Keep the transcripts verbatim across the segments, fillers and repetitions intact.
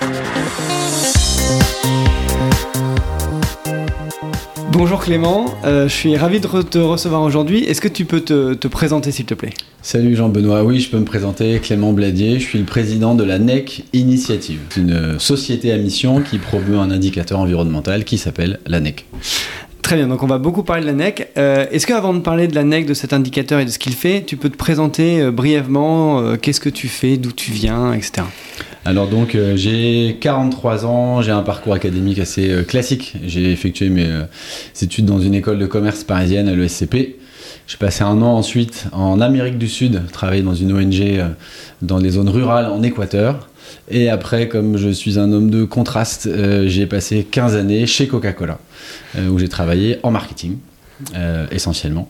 Bonjour Clément, euh, je suis ravi de re- te recevoir aujourd'hui. Est-ce que tu peux te, te présenter s'il te plaît ? Salut Jean-Benoît, oui je peux me présenter, Clément Bladier, je suis le président de la N E C Initiative. C'est une société à mission qui promeut un indicateur environnemental qui s'appelle la N E C. Très bien, donc on va beaucoup parler de la N E C. Euh, est-ce qu'avant de parler de la N E C, de cet indicateur et de ce qu'il fait, tu peux te présenter euh, brièvement, euh, qu'est-ce que tu fais, d'où tu viens, et cetera. Alors donc euh, j'ai quarante-trois ans, j'ai un parcours académique assez euh, classique. J'ai effectué mes euh, études dans une école de commerce parisienne à l'E S C P. J'ai passé un an ensuite en Amérique du Sud, travaillé dans une O N G euh, dans les zones rurales en Équateur. Et après, comme je suis un homme de contraste, euh, j'ai passé quinze années chez Coca-Cola, euh, où j'ai travaillé en marketing. Euh, essentiellement.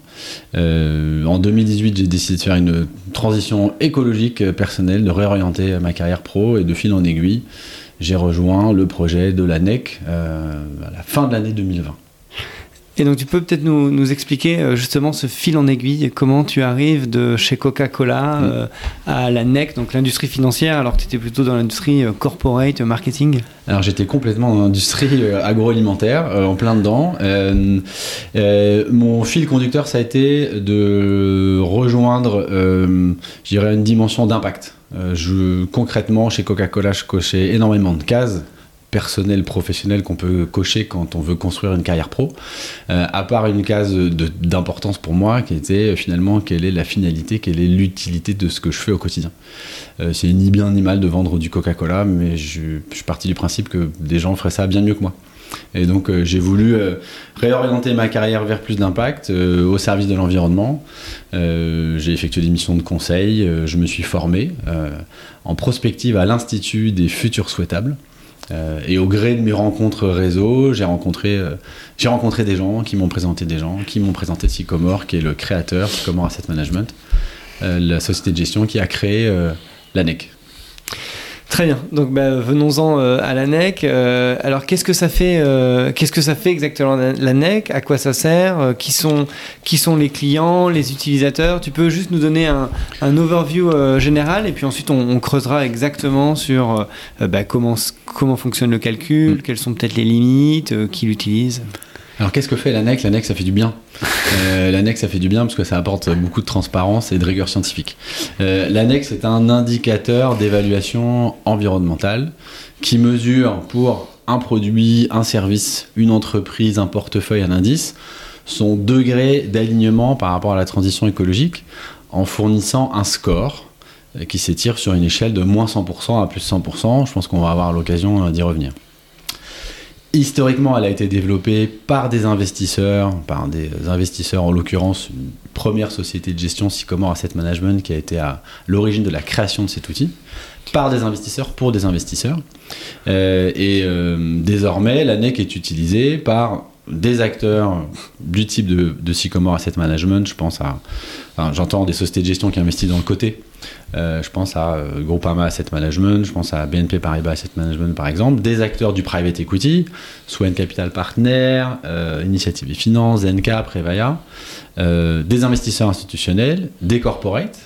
Euh, en deux mille dix-huit, j'ai décidé de faire une transition écologique euh, personnelle, de réorienter ma carrière pro et de fil en aiguille, j'ai rejoint le projet de la N E C euh, à la fin de l'année deux mille vingt. Et donc tu peux peut-être nous, nous expliquer euh, justement ce fil en aiguille, comment tu arrives de chez Coca-Cola euh, mmh. à la N E C, donc l'industrie financière, alors que tu étais plutôt dans l'industrie euh, corporate, marketing. Alors j'étais complètement dans l'industrie euh, agroalimentaire, euh, en plein dedans. Euh, euh, mon fil conducteur, ça a été de rejoindre, euh, je dirais, une dimension d'impact. Euh, je, concrètement, chez Coca-Cola, je cochais énormément de cases personnel, professionnel qu'on peut cocher quand on veut construire une carrière pro, euh, à part une case de, d'importance pour moi qui était finalement quelle est la finalité, quelle est l'utilité de ce que je fais au quotidien. Euh, c'est ni bien ni mal de vendre du Coca-Cola, mais je, je suis parti du principe que des gens feraient ça bien mieux que moi. Et donc euh, j'ai voulu euh, réorienter ma carrière vers plus d'impact, euh, au service de l'environnement. Euh, j'ai effectué des missions de conseil, euh, je me suis formé euh, en prospective à l'Institut des futurs souhaitables. Euh, et au gré de mes rencontres réseau, j'ai rencontré, euh, j'ai rencontré des gens qui m'ont présenté des gens, qui m'ont présenté Sycomore, qui est le créateur, Sycomore Asset Management, euh, la société de gestion qui a créé euh, la N E C. Très bien, donc bah, venons-en euh, à la N E C. Euh, alors qu'est-ce que ça fait, euh, qu'est-ce que ça fait exactement la, la N E C ? À quoi ça sert ? euh, qui, sont, qui sont les clients, les utilisateurs ? Tu peux juste nous donner un, un overview euh, général et puis ensuite on, on creusera exactement sur euh, bah, comment, comment fonctionne le calcul, mmh. quelles sont peut-être les limites, euh, qui l'utilise. Alors qu'est-ce que fait la N E C ? La N E C, ça fait du bien. Euh, la N E C, ça fait du bien parce que ça apporte beaucoup de transparence et de rigueur scientifique. Euh, la N E C, c'est un indicateur d'évaluation environnementale qui mesure pour un produit, un service, une entreprise, un portefeuille, un indice, son degré d'alignement par rapport à la transition écologique en fournissant un score qui s'étire sur une échelle de moins cent pour cent à plus cent pour cent. Je pense qu'on va avoir l'occasion d'y revenir. Historiquement, elle a été développée par des investisseurs, par des investisseurs en l'occurrence, une première société de gestion, Sycomore Asset Management, qui a été à l'origine de la création de cet outil, par des investisseurs pour des investisseurs. Euh, et euh, désormais, la N E C est utilisée par des acteurs du type de, de Sycomore Asset Management. Je pense à, enfin, j'entends des sociétés de gestion qui investissent dans le côté. Euh, je pense à euh, Groupama Asset Management, je pense à B N P Paribas Asset Management par exemple, des acteurs du private equity, Swen Capital Partner, euh, Initiative et Finance, Zenka, Prevaya, euh, des investisseurs institutionnels, des corporates,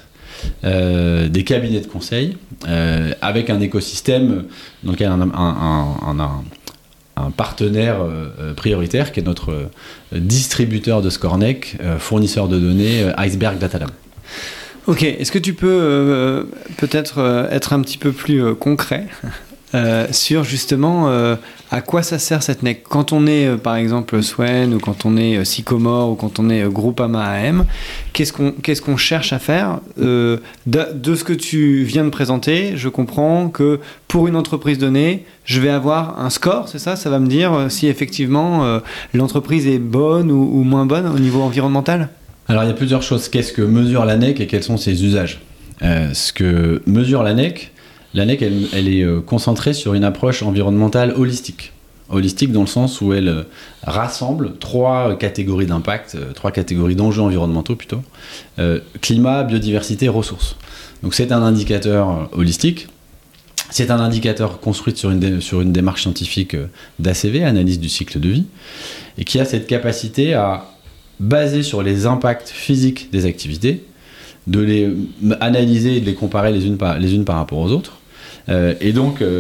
euh, des cabinets de conseil, euh, avec un écosystème dans lequel on a un, un, un, un un partenaire euh, prioritaire qui est notre euh, distributeur de ScoreNec, euh, fournisseur de données euh, Iceberg Datalab. Ok, est-ce que tu peux euh, peut-être euh, être un petit peu plus euh, concret euh, sur justement euh, à quoi ça sert cette N E C ? Quand on est euh, par exemple Swen ou quand on est euh, Sycomore ou quand on est euh, Groupama A M, qu'est-ce qu'on, qu'est-ce qu'on cherche à faire ? euh, de, de ce que tu viens de présenter, je comprends que pour une entreprise donnée, je vais avoir un score, c'est ça ? Ça va me dire euh, si effectivement euh, l'entreprise est bonne ou, ou moins bonne au niveau environnemental ? Alors il y a plusieurs choses. Qu'est-ce que mesure la N E C et quels sont ses usages ? euh, Ce que mesure la N E C, la N E C elle, elle est euh, concentrée sur une approche environnementale holistique. Holistique dans le sens où elle euh, rassemble trois catégories d'impact, euh, trois catégories d'enjeux environnementaux plutôt. Euh, climat, biodiversité, ressources. Donc c'est un indicateur euh, holistique. C'est un indicateur construit sur une, dé- sur une démarche scientifique euh, d'A C V, analyse du cycle de vie, et qui a cette capacité à basé sur les impacts physiques des activités, de les analyser et de les comparer les unes par, les unes par rapport aux autres, euh, et donc euh,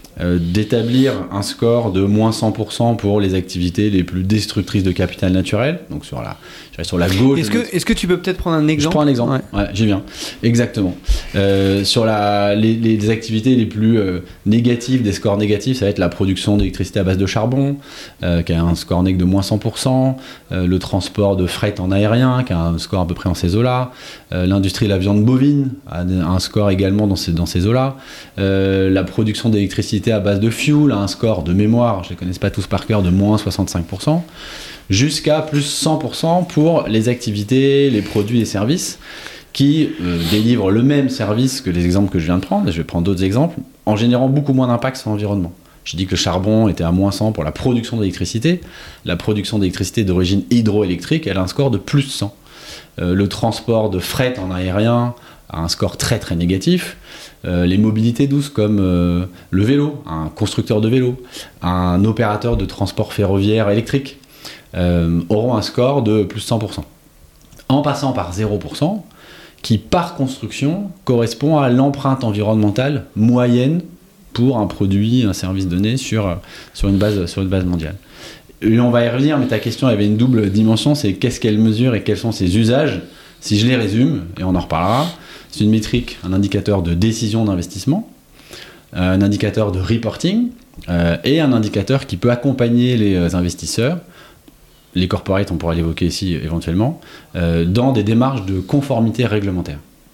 euh, d'établir un score de moins cent pour cent pour les activités les plus destructrices de capital naturel, donc sur la, sur la gauche. Est-ce que, est-ce que tu peux peut-être prendre un exemple ? Je prends un exemple, ouais, ouais j'y viens. Exactement. Euh, sur la, les, les activités les plus euh, négatives, des scores négatifs, ça va être la production d'électricité à base de charbon, euh, qui a un score nég de moins cent pour cent, euh, le transport de fret en aérien, qui a un score à peu près en ces eaux-là, euh, l'industrie de la viande bovine a un score également dans ces, dans ces eaux-là, euh, la production d'électricité à base de fuel a un score de mémoire, je ne les connais pas tous par cœur, de moins soixante-cinq pour cent, jusqu'à plus cent pour cent pour les activités, les produits et services qui euh, délivrent le même service que les exemples que je viens de prendre, et je vais prendre d'autres exemples, en générant beaucoup moins d'impact sur l'environnement. J'ai dit que le charbon était à moins cent pour la production d'électricité. La production d'électricité d'origine hydroélectrique, elle a un score de plus cent. Euh, le transport de fret en aérien a un score très très négatif. Euh, les mobilités douces comme euh, le vélo, un constructeur de vélo, un opérateur de transport ferroviaire électrique, Euh, auront un score de plus cent pour cent. En passant par zéro pour cent, qui par construction correspond à l'empreinte environnementale moyenne pour un produit, un service donné sur, sur, une, base, sur une base mondiale. Et on va y revenir, mais ta question avait une double dimension, c'est qu'est-ce qu'elle mesure et quels sont ses usages. Si je les résume, et on en reparlera, c'est une métrique, un indicateur de décision d'investissement, un indicateur de reporting euh, et un indicateur qui peut accompagner les investisseurs, les corporates, on pourra l'évoquer ici éventuellement, euh, dans des démarches de conformité réglementaire.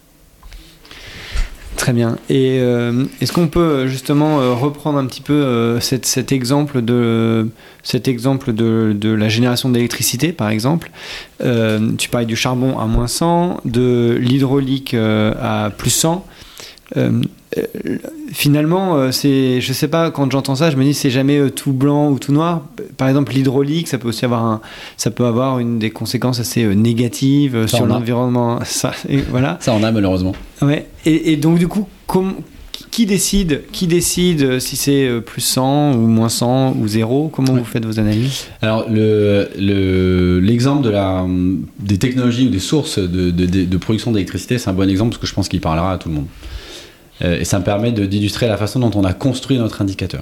Très bien. Et euh, est-ce qu'on peut justement euh, reprendre un petit peu euh, cet, cet exemple, de, cet exemple de, de la génération d'électricité, par exemple. euh, Tu parlais du charbon à moins cent, de l'hydraulique euh, à plus cent. Euh, euh, finalement, euh, c'est, je sais pas, quand j'entends ça, je me dis c'est jamais euh, tout blanc ou tout noir. Par exemple, l'hydraulique, ça peut aussi avoir un, ça peut avoir une des conséquences assez euh, négatives euh, sur l'environnement. Ça, et voilà. Ça en a malheureusement. Ouais. Et, et donc du coup, com- qui décide, qui décide si c'est euh, plus cent ou moins cent ou zéro ? Comment ouais. vous faites vos analyses ? Alors le, le, l'exemple de la, des technologies ou des sources de, de, de, de production d'électricité, c'est un bon exemple parce que je pense qu'il parlera à tout le monde. Euh, et ça me permet de, d'illustrer la façon dont on a construit notre indicateur.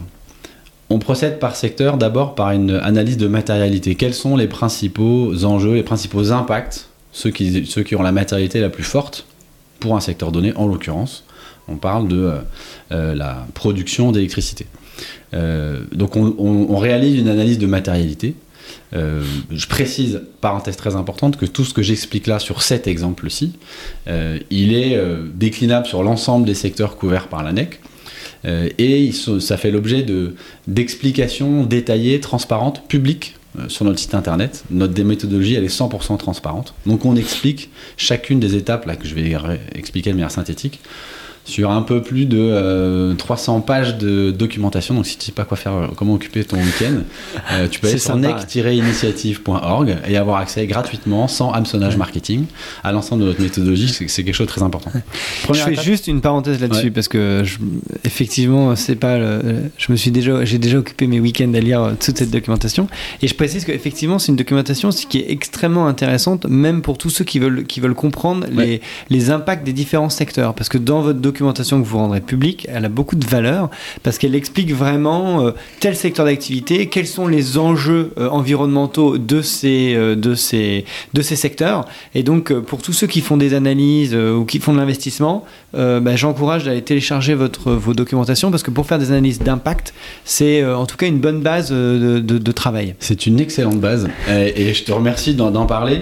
On procède par secteur, d'abord par une analyse de matérialité. Quels sont les principaux enjeux, les principaux impacts, ceux qui, ceux qui ont la matérialité la plus forte pour un secteur donné, en l'occurrence, on parle de euh, euh, la production d'électricité. Euh, donc on, on, on réalise une analyse de matérialité. Euh, je précise, parenthèse très importante, que tout ce que j'explique là sur cet exemple-ci, euh, il est euh, déclinable sur l'ensemble des secteurs couverts par l'A N E C, euh, et il, ça fait l'objet de, d'explications détaillées, transparentes, publiques euh, sur notre site internet. Notre méthodologie, elle est cent pour cent transparente. Donc on explique chacune des étapes là, que je vais ré- expliquer de manière synthétique, sur un peu plus de euh, trois cents pages de documentation. Donc si tu ne sais pas quoi faire, comment occuper ton week-end, euh, tu peux aller sur nec tiret initiative point org et avoir accès gratuitement, sans hameçonnage ouais. marketing, à l'ensemble de notre méthodologie. C'est, c'est quelque chose de très important. Première je fais étape. Juste une parenthèse là-dessus, ouais. parce que je, effectivement, c'est pas le, je me suis déjà, j'ai déjà occupé mes week-ends à lire toute cette documentation. Et je précise qu'effectivement, c'est une documentation qui est extrêmement intéressante, même pour tous ceux qui veulent, qui veulent comprendre ouais. les, les impacts des différents secteurs. Parce que dans votre documentation, documentation que vous rendrez publique, elle a beaucoup de valeur parce qu'elle explique vraiment euh, tel secteur d'activité, quels sont les enjeux euh, environnementaux de ces, euh, de, ces, de ces secteurs. Et donc, euh, pour tous ceux qui font des analyses euh, ou qui font de l'investissement, euh, bah, j'encourage d'aller télécharger votre, vos documentations parce que pour faire des analyses d'impact, c'est euh, en tout cas une bonne base euh, de, de, de travail. C'est une excellente base et, et je te remercie d'en, d'en parler.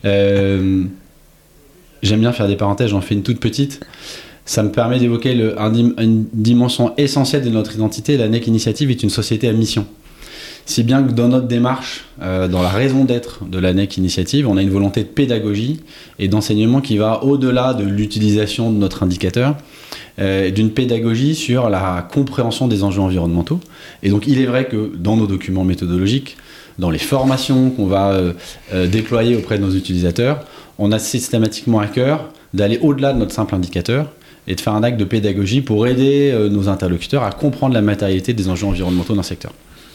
Euh, j'aime bien faire des parenthèses, j'en fais une toute petite. Ça me permet d'évoquer le, un, une dimension essentielle de notre identité. La N E C Initiative est une société à mission. Si bien que dans notre démarche, euh, dans la raison d'être de la N E C Initiative, on a une volonté de pédagogie et d'enseignement qui va au-delà de l'utilisation de notre indicateur, euh, d'une pédagogie sur la compréhension des enjeux environnementaux. Et donc il est vrai que dans nos documents méthodologiques, dans les formations qu'on va euh, euh, déployer auprès de nos utilisateurs, on a systématiquement à cœur d'aller au-delà de notre simple indicateur et de faire un acte de pédagogie pour aider euh, nos interlocuteurs à comprendre la matérialité des enjeux environnementaux d'un secteur.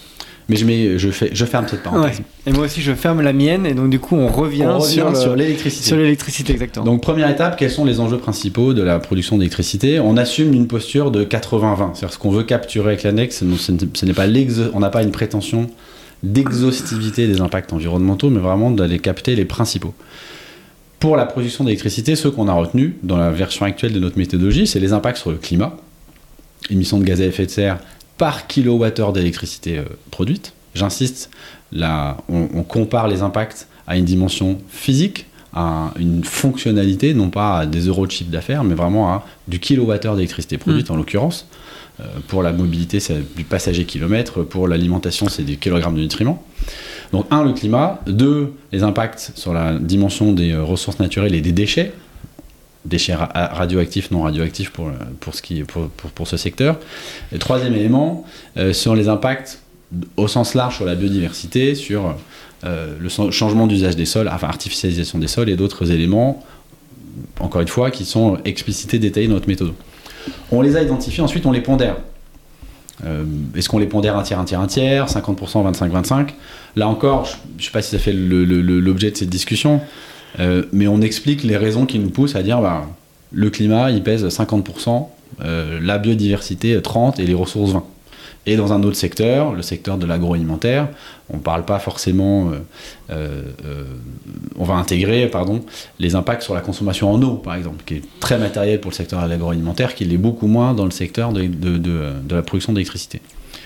Mais je, mets, je, fais, je ferme cette parenthèse. Ouais. Et moi aussi, je ferme la mienne. Et donc, du coup, on revient, on revient sur, le, sur l'électricité. Sur l'électricité, exactement. Donc, première étape, quels sont les enjeux principaux de la production d'électricité ? On assume une posture de quatre-vingts vingt. C'est-à-dire ce qu'on veut capturer avec l'annexe, ce n'est pas l'exo- on n'a pas une prétention d'exhaustivité des impacts environnementaux, mais vraiment d'aller capter les principaux. Pour la production d'électricité, ceux qu'on a retenus dans la version actuelle de notre méthodologie, c'est les impacts sur le climat, émissions de gaz à effet de serre par kilowattheure d'électricité euh, produite. J'insiste, là, on, on compare les impacts à une dimension physique, à une fonctionnalité, non pas à des euros de chiffre d'affaires, mais vraiment à du kilowattheure d'électricité produite, mmh. en l'occurrence. Euh, pour la mobilité, c'est du passager kilomètre. Pour l'alimentation, c'est des kilogrammes de nutriments. Donc, un, le climat. Deux, les impacts sur la dimension des euh, ressources naturelles et des déchets. Déchets ra- radioactifs, non radioactifs pour, pour, ce qui, pour, pour, pour ce secteur. Et troisième élément, euh, sur les impacts au sens large sur la biodiversité, sur euh, le so- changement d'usage des sols, enfin artificialisation des sols et d'autres éléments, encore une fois, qui sont explicités, détaillés dans notre méthode. On les a identifiés, ensuite on les pondère. Euh, est-ce qu'on les pondère un tiers, un tiers, un tiers, cinquante pour cent, vingt-cinq, vingt-cinq ? Là encore, je ne sais pas si ça fait le, le, le, l'objet de cette discussion, euh, mais on explique les raisons qui nous poussent à dire bah, le climat, il pèse cinquante pour cent, euh, la biodiversité trente pour cent et les ressources vingt pour cent. Et dans un autre secteur, le secteur de l'agroalimentaire, on ne parle pas forcément... Euh, euh, euh, on va intégrer pardon, les impacts sur la consommation en eau, par exemple, qui est très matériel pour le secteur de l'agroalimentaire, qui l'est beaucoup moins dans le secteur de, de, de, de la production d'électricité.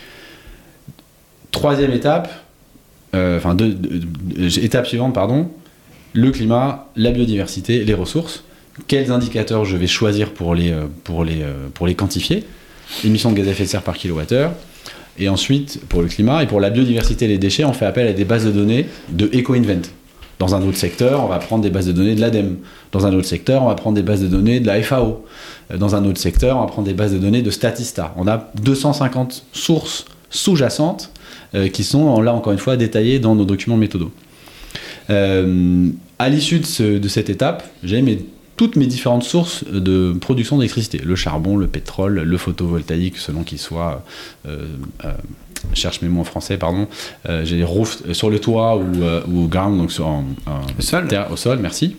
Troisième étape, euh, enfin, de, de, de, étape suivante, pardon, le climat, la biodiversité, les ressources. Quels indicateurs je vais choisir pour les, pour les, pour les quantifier ? Émissions de gaz à effet de serre par kilowattheure. Et ensuite, pour le climat et pour la biodiversité et les déchets, on fait appel à des bases de données de EcoInvent. Dans un autre secteur, on va prendre des bases de données de l'ADEME. Dans un autre secteur, on va prendre des bases de données de la F A O. Dans un autre secteur, on va prendre des bases de données de Statista. On a deux cent cinquante sources sous-jacentes euh, qui sont, là encore une fois, détaillées dans nos documents méthodaux. Euh, à l'issue de, ce, de cette étape, j'ai mes toutes mes différentes sources de production d'électricité, le charbon, le pétrole, le photovoltaïque, selon qu'il soit, euh, euh, cherche mes mots en français, pardon, euh, j'ai les roofs sur le toit ou, euh, ou au ground, donc sur en, en, au sol. Terre, au sol, merci.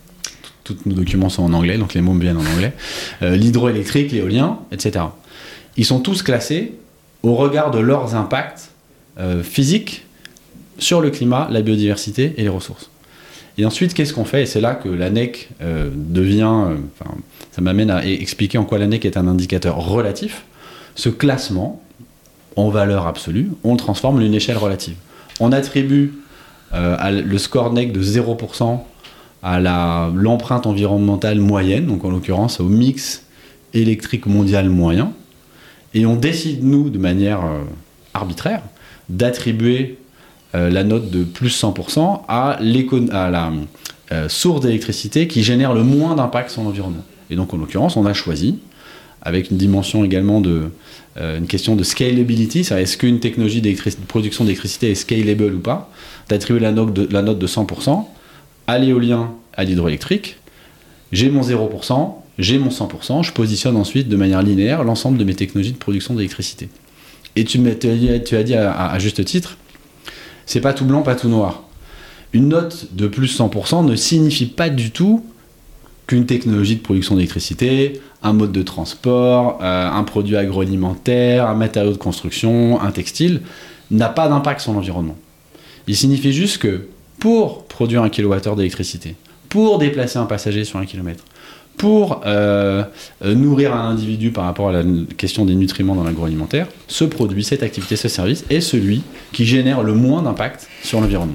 Tous nos documents sont en anglais, donc les mots me viennent en anglais. Euh, l'hydroélectrique, l'éolien, et cetera. Ils sont tous classés au regard de leurs impacts euh, physiques sur le climat, la biodiversité et les ressources. Et ensuite, qu'est-ce qu'on fait ? Et c'est là que l'A N E C euh, devient... Euh, ça m'amène à expliquer en quoi l'A N E C est un indicateur relatif. Ce classement, en valeur absolue, on le transforme en une échelle relative. On attribue euh, à le score N E C de zéro pour cent à la, l'empreinte environnementale moyenne, donc en l'occurrence au mix électrique mondial moyen. Et on décide, nous, de manière euh, arbitraire, d'attribuer Euh, la note de plus cent pour cent à, à la euh, source d'électricité qui génère le moins d'impact sur l'environnement. Et donc, en l'occurrence, on a choisi, avec une dimension également de... Euh, une question de scalability, c'est-à-dire est-ce qu'une technologie de production d'électricité est scalable ou pas, d'attribuer la note de, la note de cent pour cent à l'éolien, à l'hydroélectrique. J'ai mon zéro pour cent, j'ai mon cent pour cent, je positionne ensuite de manière linéaire l'ensemble de mes technologies de production d'électricité. Et tu, tu as dit, tu as dit à, à, à juste titre, c'est pas tout blanc, pas tout noir. Une note de plus cent pour cent ne signifie pas du tout qu'une technologie de production d'électricité, un mode de transport, euh, un produit agroalimentaire, un matériau de construction, un textile, n'a pas d'impact sur l'environnement. Il signifie juste que pour produire un kilowattheure d'électricité, pour déplacer un passager sur un kilomètre, pour euh, euh, nourrir un individu par rapport à la question des nutriments dans l'agroalimentaire, ce produit, cette activité, ce service est celui qui génère le moins d'impact sur l'environnement.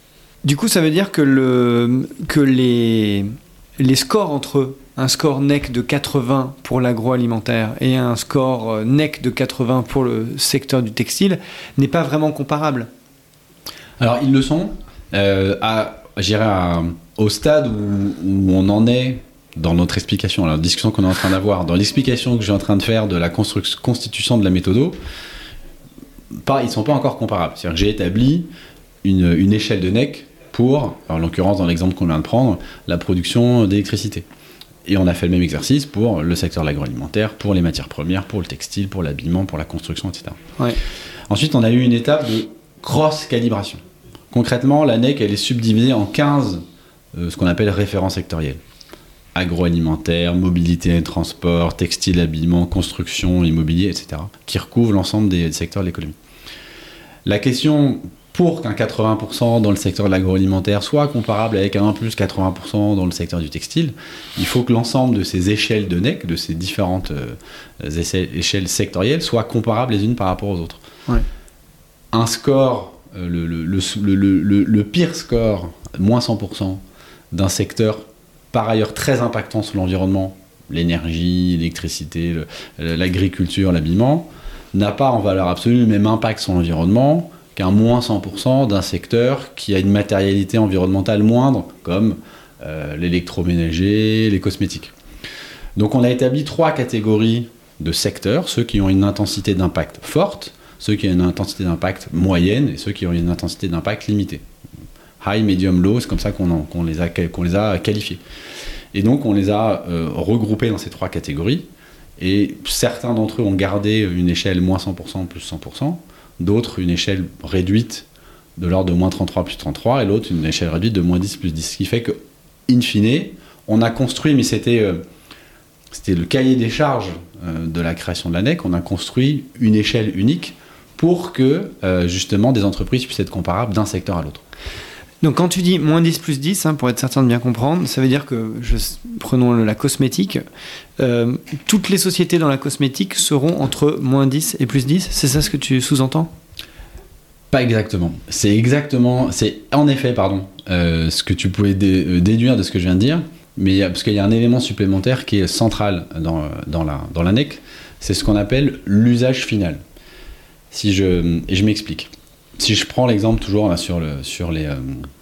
Du coup, ça veut dire que, le, que les, les scores entre un score N E C de quatre-vingts pour l'agroalimentaire et un score N E C de quatre-vingts pour le secteur du textile n'est pas vraiment comparable. Alors, ils le sont. Euh, à, j'irais à, au stade où, où on en est dans notre explication, la discussion qu'on est en train d'avoir, dans l'explication que je suis en train de faire de la construction, constitution de la méthodo, pas, ils ne sont pas encore comparables. C'est-à-dire que j'ai établi une, une échelle de N E C pour, en l'occurrence dans l'exemple qu'on vient de prendre, la production d'électricité. Et on a fait le même exercice pour le secteur de l'agroalimentaire, pour les matières premières, pour le textile, pour l'habillement, pour la construction, et cetera. Ouais. Ensuite, on a eu une étape de cross-calibration. Concrètement, la N E C, elle est subdivisée en quinze, euh, ce qu'on appelle référents sectoriels. Agroalimentaire, mobilité et transport, textile, habillement, construction, immobilier, et cetera, qui recouvrent l'ensemble des, des secteurs de l'économie. La question, pour qu'un quatre-vingts pour cent dans le secteur de l'agroalimentaire soit comparable avec un plus quatre-vingts pour cent dans le secteur du textile, il faut que l'ensemble de ces échelles de N E C, de ces différentes euh, échelles sectorielles, soient comparables les unes par rapport aux autres. Ouais. Un score, euh, le, le, le, le, le, le pire score, moins cent pour cent, d'un secteur par ailleurs très impactant sur l'environnement, l'énergie, l'électricité, le, l'agriculture, l'habillement, n'a pas en valeur absolue le même impact sur l'environnement qu'un moins cent pour cent d'un secteur qui a une matérialité environnementale moindre, comme euh, l'électroménager, les cosmétiques. Donc on a établi trois catégories de secteurs, ceux qui ont une intensité d'impact forte, ceux qui ont une intensité d'impact moyenne et ceux qui ont une intensité d'impact limitée. High, medium, low, c'est comme ça qu'on, en, qu'on, les, a, qu'on les a qualifiés. Et donc on les a euh, regroupés dans ces trois catégories, et certains d'entre eux ont gardé une échelle moins cent pour cent plus cent pour cent, d'autres une échelle réduite de l'ordre de moins trente-trois plus trente-trois, et l'autre une échelle réduite de moins dix plus dix. Ce qui fait que, in fine, on a construit, mais c'était, euh, c'était le cahier des charges euh, de la création de la N E C, on a construit une échelle unique pour que, euh, justement, des entreprises puissent être comparables d'un secteur à l'autre. Donc quand tu dis moins dix plus dix, hein, pour être certain de bien comprendre, ça veut dire que, je, prenons la cosmétique, euh, toutes les sociétés dans la cosmétique seront entre moins dix et plus dix, c'est ça ce que tu sous-entends ? Pas exactement. C'est exactement, c'est en effet, pardon, euh, ce que tu pouvais dé- déduire de ce que je viens de dire, mais y a, parce qu'il y a un élément supplémentaire qui est central dans, dans, la, dans la N E C, c'est ce qu'on appelle l'usage final. Si je, et je m'explique. Si je prends l'exemple toujours là, sur, le, sur les... Euh,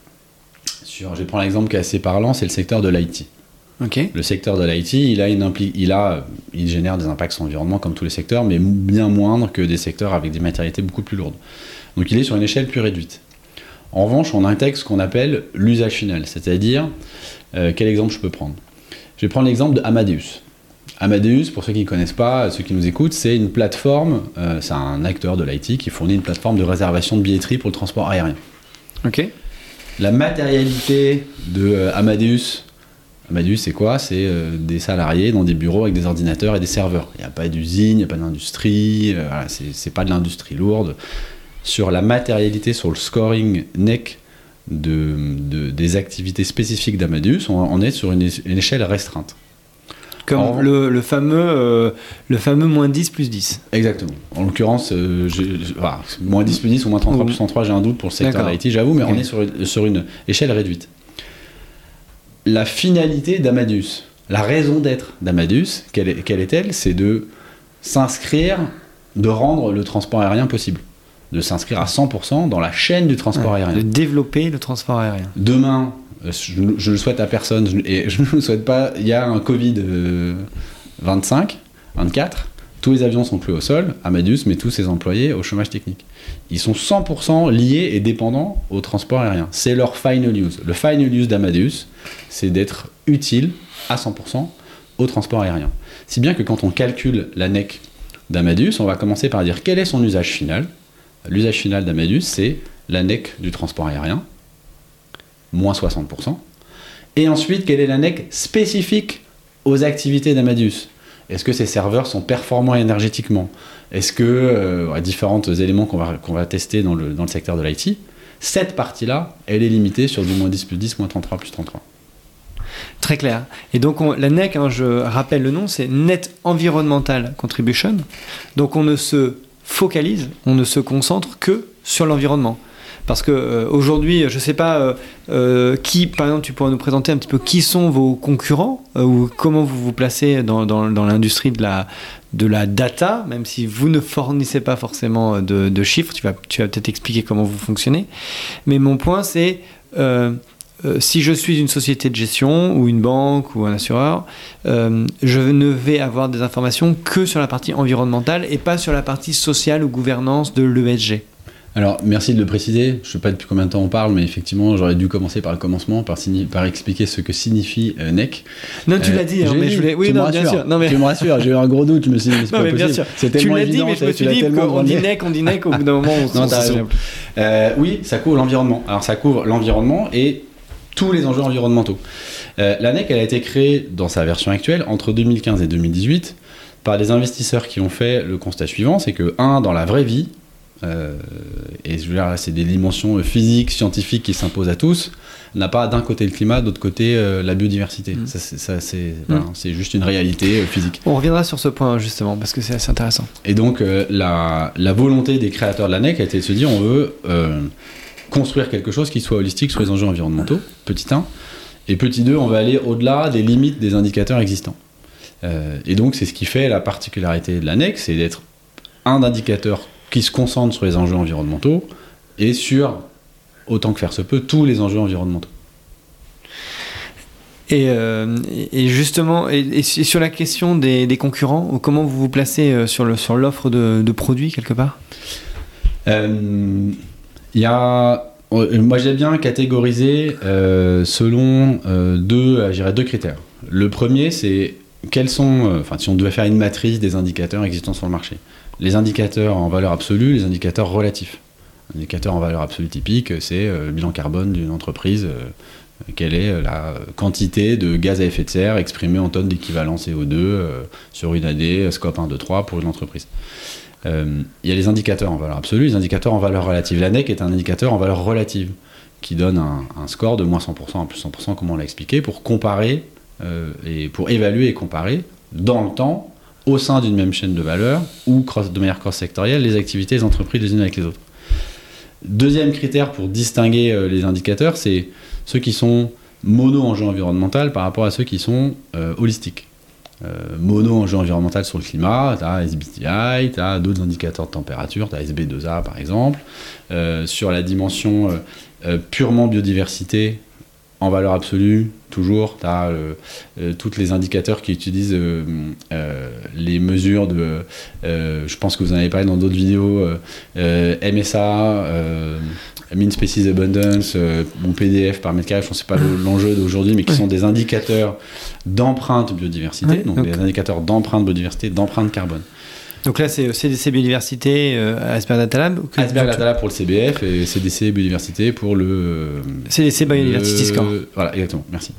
sur, je prends l'exemple qui est assez parlant, c'est le secteur de l'I T. Okay. Le secteur de l'I T, il, a une impli- il, a, il génère des impacts sur l'environnement comme tous les secteurs, mais bien moindres que des secteurs avec des matérialités beaucoup plus lourdes. Donc il est sur une échelle plus réduite. En revanche, on intègre ce qu'on appelle l'usage final, c'est-à-dire, euh, quel exemple je peux prendre ? Je vais prendre l'exemple de Amadeus. Amadeus, pour ceux qui ne connaissent pas, ceux qui nous écoutent, c'est une plateforme, euh, c'est un acteur de l'I T qui fournit une plateforme de réservation de billetterie pour le transport aérien. Ok. La matérialité de euh, Amadeus, Amadeus c'est quoi ? C'est euh, des salariés dans des bureaux avec des ordinateurs et des serveurs. Il n'y a pas d'usine, il n'y a pas d'industrie, euh, voilà, c'est, c'est pas de l'industrie lourde. Sur la matérialité, sur le scoring N E C de, de, des activités spécifiques d'Amadeus, on, on est sur une, une échelle restreinte. Comme en... le, le, fameux, euh, le fameux moins dix plus dix. Exactement. En l'occurrence, euh, j'ai, j'ai, voilà, moins dix plus dix ou moins trente-trois plus trente-trois, j'ai un doute pour le secteur de l'I T, j'avoue, mais okay. On est sur, sur une échelle réduite. La finalité d'Amadeus, la raison d'être d'Amadeus, quelle, est, quelle est-elle ? C'est de s'inscrire, de rendre le transport aérien possible. De s'inscrire à cent pour cent dans la chaîne du transport ouais, aérien. De développer le transport aérien. Demain, je ne le souhaite à personne, je, et je ne le souhaite pas, il y a un Covid euh, vingt-cinq, vingt-quatre, tous les avions sont plus au sol, Amadeus met tous ses employés au chômage technique. Ils sont cent pour cent liés et dépendants au transport aérien. C'est leur final use. Le final use d'Amadeus, c'est d'être utile à cent pour cent au transport aérien. Si bien que quand on calcule la N E C d'Amadeus, on va commencer par dire quel est son usage final. L'usage final d'Amadeus, c'est la N E C du transport aérien, moins soixante pour cent. Et ensuite, quelle est la N E C spécifique aux activités d'Amadeus ? Est-ce que ces serveurs sont performants énergétiquement ? Est-ce que, euh, différents éléments qu'on va, qu'on va tester dans le, dans le secteur de l'I T, cette partie-là, elle est limitée sur du moins dix plus dix, moins trente-trois plus trente-trois. Très clair. Et donc, on, la N E C, hein, je rappelle le nom, c'est Net Environmental Contribution. Donc, on ne se focalise, on ne se concentre que sur l'environnement. Parce qu'aujourd'hui, euh, je ne sais pas euh, euh, qui, par exemple, tu pourrais nous présenter un petit peu qui sont vos concurrents euh, ou comment vous vous placez dans, dans, dans l'industrie de la, de la data, même si vous ne fournissez pas forcément de, de chiffres, tu vas, tu vas peut-être expliquer comment vous fonctionnez. Mais mon point, c'est euh, euh, si je suis une société de gestion ou une banque ou un assureur, euh, je ne vais avoir des informations que sur la partie environnementale et pas sur la partie sociale ou gouvernance de l'E S G. Alors, merci de le préciser. Je ne sais pas depuis combien de temps on parle, mais effectivement, j'aurais dû commencer par le commencement, par, signi- par expliquer ce que signifie euh, N E C. Non, tu Euh, l'as dit, hein, je l'ai mais dit, je voulais. Oui, tu me non, bien rassures. sûr. Non, mais... Tu me rassures, j'ai eu un gros doute, je me suis dit, mais c'est non, pas mais bien possible. sûr. C'est Tu tellement l'as dit, évident, mais je me tu suis l'as dit tellement qu'on dit demandé. N E C, on dit N E C, au bout d'un moment, on, Non, on t'as s'en raison. souvient plus. Euh, oui, ça couvre l'environnement. Alors, ça couvre l'environnement et tous les enjeux environnementaux. Euh, la N E C, elle a été créée dans sa version actuelle entre deux mille quinze et deux mille dix-huit par des investisseurs qui ont fait le constat suivant, c'est que, un, dans la vraie vie, euh, et je veux dire, là, c'est des dimensions physiques, scientifiques qui s'imposent à tous, on n'a pas d'un côté le climat, d'autre côté euh, la biodiversité. Mm. Ça, c'est, ça, c'est, Mm. voilà, c'est juste une réalité euh, physique. On reviendra sur ce point, justement, parce que c'est assez intéressant. Et donc, euh, la, la volonté des créateurs de la N E C a été de se dire, on veut euh, construire quelque chose qui soit holistique sur les enjeux environnementaux, petit un, et petit deux, on va aller au-delà des limites des indicateurs existants. Euh, et donc, c'est ce qui fait la particularité de la N E C, c'est d'être un indicateur qui se concentre sur les enjeux environnementaux et sur, autant que faire se peut, tous les enjeux environnementaux. Et, euh, et justement, et, et sur la question des, des concurrents, comment vous vous placez euh, sur, le, sur l'offre de, de produits, quelque part ? Il euh, y a... Moi, j'ai bien catégorisé euh, selon euh, deux, je dirais deux critères. Le premier, c'est quels sont, enfin, euh, si on devait faire une matrice des indicateurs existants sur le marché. Les indicateurs en valeur absolue, les indicateurs relatifs. Un indicateur en valeur absolue typique, c'est euh, le bilan carbone d'une entreprise. Euh, quelle est la quantité de gaz à effet de serre exprimée en tonnes d'équivalent C O deux euh, sur une année, scope un, deux, trois pour une entreprise. Il euh, y a les indicateurs en valeur absolue, les indicateurs en valeur relative. La N E C est un indicateur en valeur relative qui donne un, un score de moins cent pour cent à plus cent pour cent, comme on l'a expliqué, pour comparer euh, et pour évaluer et comparer dans le temps, au sein d'une même chaîne de valeur ou cross, de manière cross-sectorielle, les activités des entreprises les unes avec les autres. Deuxième critère pour distinguer euh, les indicateurs, c'est ceux qui sont mono-enjeu environnemental par rapport à ceux qui sont euh, holistiques. Euh, mono-enjeu environnemental sur le climat, tu as S B T I, tu as d'autres indicateurs de température, tu as S B deux A par exemple. Euh, sur la dimension euh, euh, purement biodiversité, en valeur absolue, toujours, tu as euh, euh, tous les indicateurs qui utilisent euh, euh, les mesures de... Euh, je pense que vous en avez parlé dans d'autres vidéos, euh, euh, M S A, euh, Mean Species Abundance, euh, ou P D F par mètre carré, je ne sais pas l'enjeu d'aujourd'hui, mais qui oui. sont des indicateurs d'empreinte biodiversité, oui, donc, donc des indicateurs d'empreinte biodiversité, d'empreinte carbone. Donc là, c'est C D C Biodiversité, euh, Iceberg Data Lab que Iceberg Data Lab pour le C B F et C D C Biodiversité pour le... Euh, C D C Biodiversity le, Score. Voilà, exactement, merci.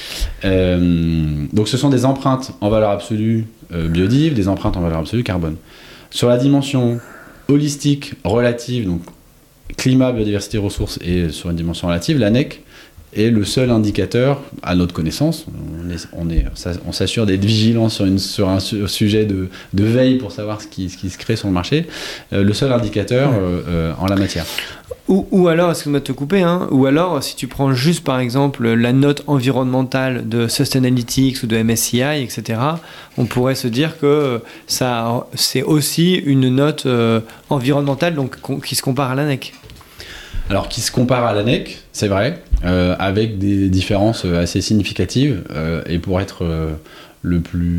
Euh, donc ce sont des empreintes en valeur absolue euh, biodiv, des empreintes en valeur absolue carbone. Sur la dimension holistique, relative, donc climat, biodiversité, ressources, et sur une dimension relative, la N E C est le seul indicateur, à notre connaissance, on, est, on, est, on s'assure d'être vigilant sur, une, sur un su- sujet de, de veille pour savoir ce qui, ce qui se crée sur le marché, euh, le seul indicateur euh, euh, en la matière. Ou, ou alors, excuse-moi de te couper, hein, ou alors si tu prends juste par exemple la note environnementale de Sustainalytics ou de M S C I, et cetera, on pourrait se dire que ça, c'est aussi une note euh, environnementale donc, qui se compare à la N E C. Alors, qui se compare à la N E C, c'est vrai, euh, avec des différences assez significatives, euh, et pour être euh, le plus,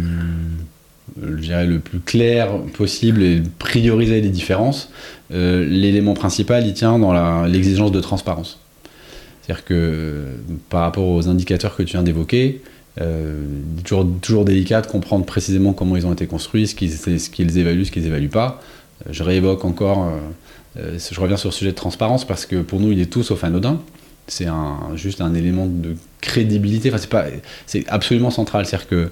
euh, je dirais, le plus clair possible et prioriser les différences, euh, l'élément principal, il tient dans la, l'exigence de transparence. C'est-à-dire que euh, par rapport aux indicateurs que tu viens d'évoquer, euh, toujours, toujours délicat de comprendre précisément comment ils ont été construits, ce qu'ils, ce qu'ils évaluent, ce qu'ils évaluent pas. Euh, je réévoque encore... Euh, Euh, je reviens sur le sujet de transparence parce que pour nous il est tout sauf anodin, c'est un, juste un élément de crédibilité, enfin, c'est, pas, c'est absolument central, c'est-à-dire que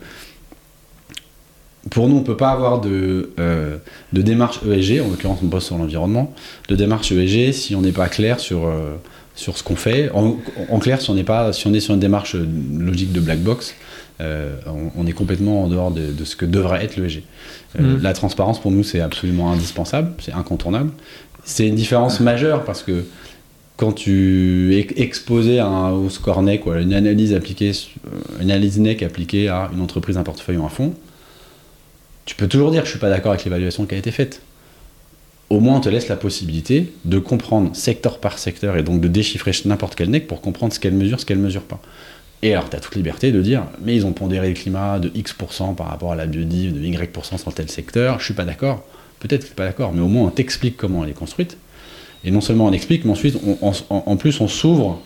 pour nous on ne peut pas avoir de, euh, de démarche E S G, en l'occurrence on bosse sur l'environnement, de démarche E S G si on n'est pas clair sur, euh, sur ce qu'on fait, en, en clair si on, n'est pas, si on est sur une démarche logique de black box, euh, on, on est complètement en dehors de, de ce que devrait être l'E S G. Euh, mmh. La transparence pour nous c'est absolument indispensable, c'est incontournable. C'est une différence majeure parce que quand tu es exposé à un, au score N E C ou à une analyse, appliquée, une analyse N E C appliquée à une entreprise, un portefeuille ou un fonds, tu peux toujours dire que je ne suis pas d'accord avec l'évaluation qui a été faite. Au moins on te laisse la possibilité de comprendre secteur par secteur et donc de déchiffrer n'importe quel N E C pour comprendre ce qu'elle mesure, ce qu'elle ne mesure pas. Et alors tu as toute liberté de dire mais ils ont pondéré le climat de X pour cent par rapport à la biodive, de Y pour cent sur tel secteur, je ne suis pas d'accord. Peut-être que tu n'es pas d'accord, mais au moins on t'explique comment elle est construite. Et non seulement on explique, mais ensuite, on, en, en plus, on s'ouvre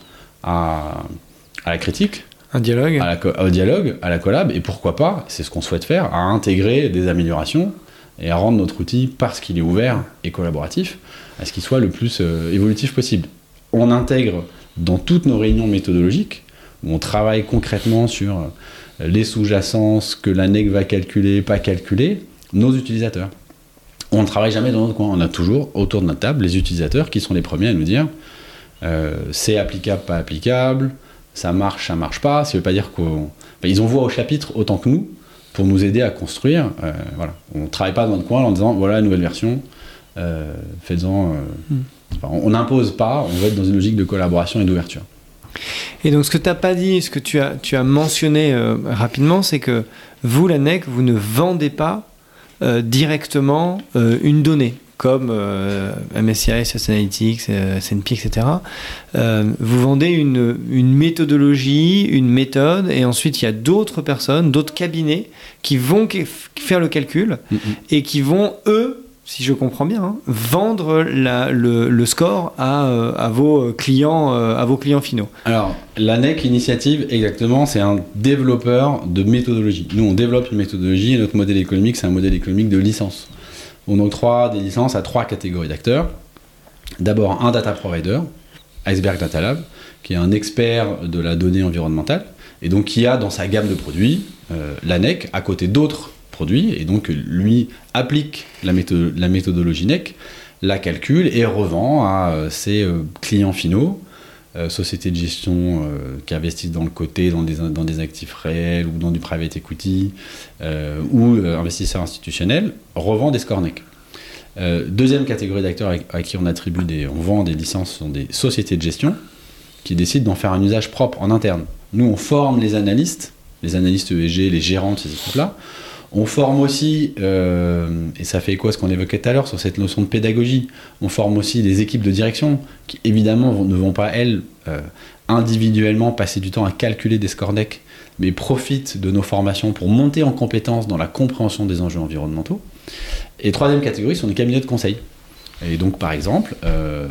à, à la critique. Un dialogue. À la, au dialogue, à la collab, et pourquoi pas, c'est ce qu'on souhaite faire, à intégrer des améliorations et à rendre notre outil, parce qu'il est ouvert et collaboratif, à ce qu'il soit le plus euh, évolutif possible. On intègre dans toutes nos réunions méthodologiques, où on travaille concrètement sur euh, les sous-jacents, que la N E C va calculer, pas calculer, nos utilisateurs. On ne travaille jamais dans notre coin, on a toujours autour de notre table les utilisateurs qui sont les premiers à nous dire euh, c'est applicable, pas applicable, ça marche, ça marche pas. Ça veut pas dire qu'on... Enfin, ils ont voix au chapitre autant que nous pour nous aider à construire. Euh, voilà. On ne travaille pas dans notre coin en disant voilà la nouvelle version, euh, faites-en. Euh, mm. On n'impose pas, on va être dans une logique de collaboration et d'ouverture. Et donc ce que tu n'as pas dit, ce que tu as, tu as mentionné euh, rapidement, c'est que vous, la N E C, vous ne vendez pas euh, directement euh, une donnée, comme euh, M S I A, S S Analytics, euh, S N P, et cetera. Euh, vous vendez une, une méthodologie, une méthode, et ensuite il y a d'autres personnes, d'autres cabinets qui vont ca- faire le calcul mm-hmm. et qui vont, eux, si je comprends bien, hein, vendre la, le, le score à, euh, à, vos clients, euh, à vos clients finaux. Alors, la N E C Initiative, exactement, c'est un développeur de méthodologie. Nous, on développe une méthodologie et notre modèle économique, c'est un modèle économique de licence. On octroie des licences à trois catégories d'acteurs. D'abord, un data provider, Iceberg Data Lab, qui est un expert de la donnée environnementale, et donc qui a dans sa gamme de produits euh, la N E C à côté d'autres produits, et donc lui applique la, méthode, la méthodologie N E C, la calcule et revend à euh, ses euh, clients finaux, euh, sociétés de gestion euh, qui investissent dans le côté, dans des, dans des actifs réels ou dans du private equity, euh, ou euh, investisseurs institutionnels, revend des scores N E C. Euh, deuxième catégorie d'acteurs à, à qui on attribue des, on vend des licences sont des sociétés de gestion qui décident d'en faire un usage propre en interne. Nous, on forme les analystes, les analystes E S G, les gérants de ces équipes-là. On forme aussi, euh, et ça fait écho à ce qu'on évoquait tout à l'heure sur cette notion de pédagogie, on forme aussi des équipes de direction qui évidemment ne vont pas, elles, euh, individuellement passer du temps à calculer des scores N E C, mais profitent de nos formations pour monter en compétence dans la compréhension des enjeux environnementaux. Et troisième catégorie sont les cabinets de conseil. Et donc par exemple, euh,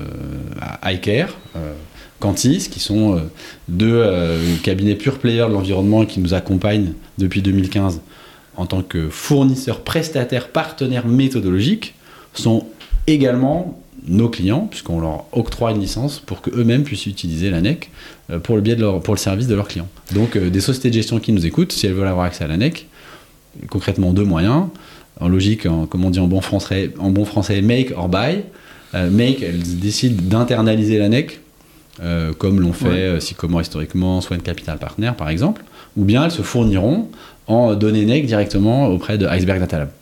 iCare, euh, Cantis, qui sont euh, deux euh, cabinets pure players de l'environnement qui nous accompagnent depuis deux mille quinze en tant que fournisseurs, prestataires, partenaires méthodologiques, sont également nos clients, puisqu'on leur octroie une licence pour qu'eux-mêmes puissent utiliser la N E C pour le, biais de leur, pour le service de leurs clients. Donc euh, des sociétés de gestion qui nous écoutent, si elles veulent avoir accès à la N E C, concrètement deux moyens. En logique, en, comme on dit en bon français, en bon français make or buy. Euh, make, elles décident d'internaliser la N E C, euh, comme l'ont fait ouais. euh, Sycomore historiquement, Swan Capital Partners par exemple, ou bien elles se fourniront en données N E C directement auprès de Iceberg Data Lab.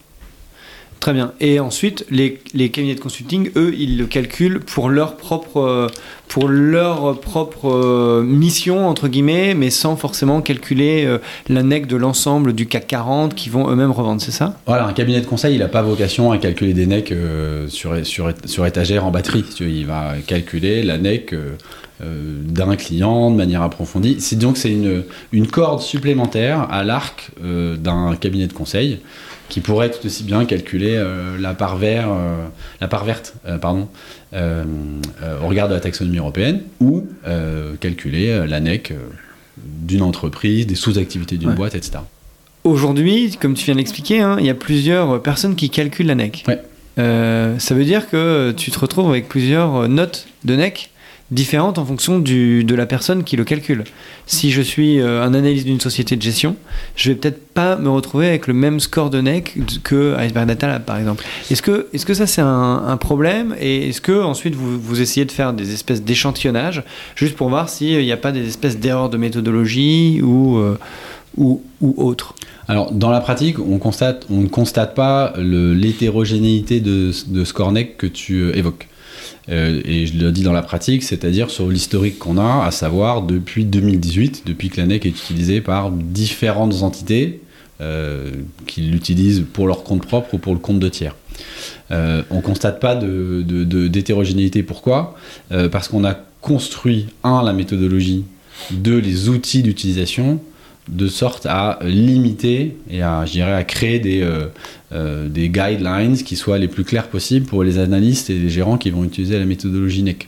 Très bien. Et ensuite, les, les cabinets de consulting, eux, ils le calculent pour leur propre, pour leur propre mission, entre guillemets, mais sans forcément calculer euh, la N E C de l'ensemble du C A C quarante qu'ils vont eux-mêmes revendre, c'est ça ? Voilà, un cabinet de conseil, il n'a pas vocation à calculer des N E C euh, sur, sur, sur étagère en batterie. Il va calculer la N E C euh, euh, d'un client de manière approfondie. C'est donc c'est une, une corde supplémentaire à l'arc euh, d'un cabinet de conseil qui pourrait tout aussi bien calculer euh, la part vert, euh, la part verte, euh, pardon, euh, euh, au regard de la taxonomie européenne, ou euh, calculer euh, la N E C euh, d'une entreprise, des sous-activités d'une ouais. boîte, et cetera. Aujourd'hui, comme tu viens de l'expliquer, hein, il y a plusieurs personnes qui calculent la N E C. Ouais. Euh, ça veut dire que tu te retrouves avec plusieurs notes de N E C différentes en fonction du, de la personne qui le calcule. Si je suis euh, un analyste d'une société de gestion, je vais peut-être pas me retrouver avec le même score de N E C que Iceberg Data Lab, par exemple. Est-ce que, est-ce que ça, c'est un, un problème ? Et est-ce que ensuite vous, vous essayez de faire des espèces d'échantillonnage, juste pour voir s'il n'y a pas des espèces d'erreurs de méthodologie ou, euh, ou, ou autre ? Alors, dans la pratique, on, constate, on ne constate pas le, l'hétérogénéité de, de score N E C que tu euh, évoques. Euh, et je le dis dans la pratique, c'est-à-dire sur l'historique qu'on a, à savoir depuis deux mille dix-huit, depuis que la N E C est utilisée par différentes entités euh, qui l'utilisent pour leur compte propre ou pour le compte de tiers. Euh, on ne constate pas de, de, de, d'hétérogénéité. Pourquoi ? euh, Parce qu'on a construit, un, la méthodologie, deux, les outils d'utilisation de sorte à limiter et à, je dirais, à créer des, euh, euh, des guidelines qui soient les plus clairs possibles pour les analystes et les gérants qui vont utiliser la méthodologie N E C.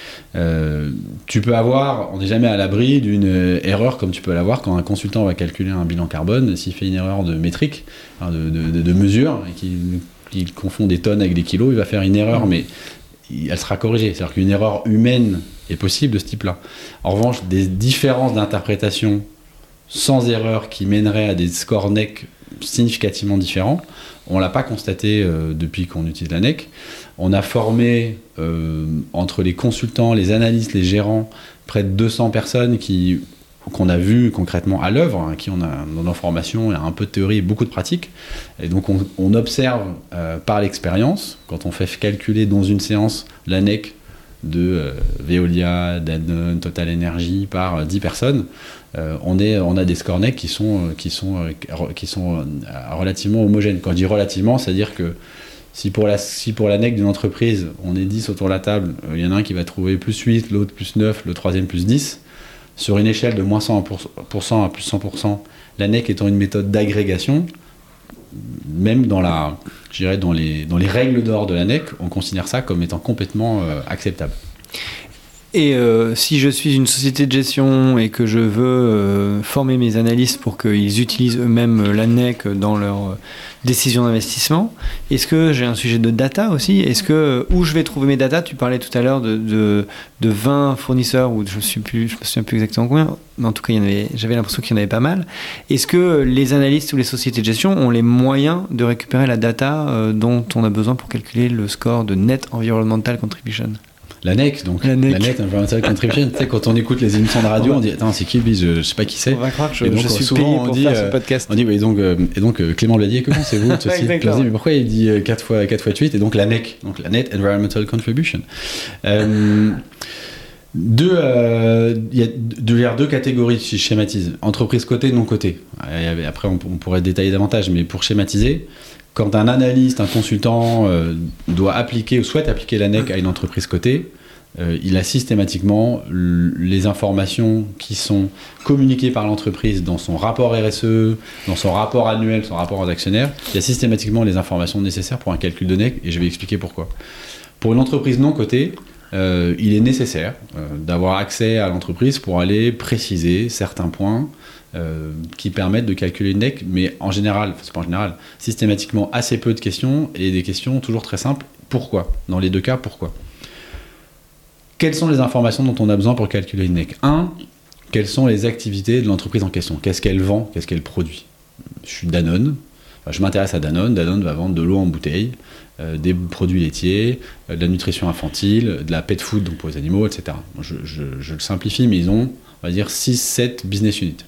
Euh, tu peux avoir, on n'est jamais à l'abri d'une euh, erreur comme tu peux l'avoir quand un consultant va calculer un bilan carbone, s'il fait une erreur de métrique, hein, de, de, de, de mesure, et qu'il, qu'il confond des tonnes avec des kilos, il va faire une erreur, mais elle sera corrigée. C'est-à-dire qu'une erreur humaine est possible de ce type-là. En revanche, des différences d'interprétation sans erreur qui mèneraient à des scores N E C significativement différents, on ne l'a pas constaté euh, depuis qu'on utilise la N E C. On a formé euh, entre les consultants, les analystes, les gérants, près de deux cents personnes qui, qu'on a vues concrètement à l'œuvre, hein, qui on a dans nos formations, il y a un peu de théorie et beaucoup de pratique. Et donc on, on observe euh, par l'expérience, quand on fait calculer dans une séance la N E C de euh, Veolia, Danone, Total Energy par euh, dix personnes, euh, on, est, on a des scores N E C qui sont, euh, qui sont, euh, qui sont euh, relativement homogènes. Quand je dis relativement, c'est-à-dire que si pour, la, si pour la N E C d'une entreprise, on est dix autour de la table, il euh, y en a un qui va trouver plus huit, l'autre plus neuf, le troisième plus dix, sur une échelle de moins cent pour cent à plus cent pour cent, la N E C étant une méthode d'agrégation, même dans, la, je dirais dans, les, dans les règles d'or de la N E C, on considère ça comme étant complètement euh, acceptable. Et euh, si je suis une société de gestion et que je veux euh, former mes analystes pour qu'ils utilisent eux-mêmes la N E C dans leurs décisions d'investissement, est-ce que j'ai un sujet de data aussi ? Est-ce que où je vais trouver mes data ? Tu parlais tout à l'heure de, de, de vingt fournisseurs, ou je ne suis plus, je me souviens plus exactement combien, mais en tout cas il y en avait, j'avais l'impression qu'il y en avait pas mal. Est-ce que les analystes ou les sociétés de gestion ont les moyens de récupérer la data euh, dont on a besoin pour calculer le score de Net Environmental Contribution ? La N E C, donc la N E C. La Net Environmental Contribution. Tu sais, quand on écoute les émissions de radio, on dit attends, c'est qui lui ? Je, je sais pas qui c'est. On va croire que je, donc, je suis souvent, payé on pour dit, faire euh, ce podcast. On dit, et donc, euh, et donc euh, Clément Bladier, que pensez-vous de ceci ? Exactement. Mais pourquoi il dit quatre fois huit ? Et donc la N E C, donc la Net Environmental Contribution. Euh, deux, euh, il y a deux, deux catégories, si je schématise. Entreprise cotée, non cotée. Après, on, on pourrait détailler davantage, mais pour schématiser, quand un analyste, un consultant euh, doit appliquer ou souhaite appliquer la N E C à une entreprise cotée, Euh, il a systématiquement l- les informations qui sont communiquées par l'entreprise dans son rapport R S E, dans son rapport annuel, son rapport aux actionnaires. Il y a systématiquement les informations nécessaires pour un calcul de N E C, et je vais expliquer pourquoi. Pour une entreprise non cotée, euh, il est nécessaire euh, d'avoir accès à l'entreprise pour aller préciser certains points euh, qui permettent de calculer une N E C, mais en général, c'est pas en général, systématiquement assez peu de questions, et des questions toujours très simples. Pourquoi ? Dans les deux cas, pourquoi ? Quelles sont les informations dont on a besoin pour calculer une N E C ? Un, quelles sont les activités de l'entreprise en question ? Qu'est-ce qu'elle vend ? Qu'est-ce qu'elle produit ? Je suis Danone, enfin, je m'intéresse à Danone. Danone va vendre de l'eau en bouteille, euh, des produits laitiers, euh, de la nutrition infantile, de la pet food donc pour les animaux, et cetera. Je, je, je le simplifie, mais ils ont, on va dire, six sept business units.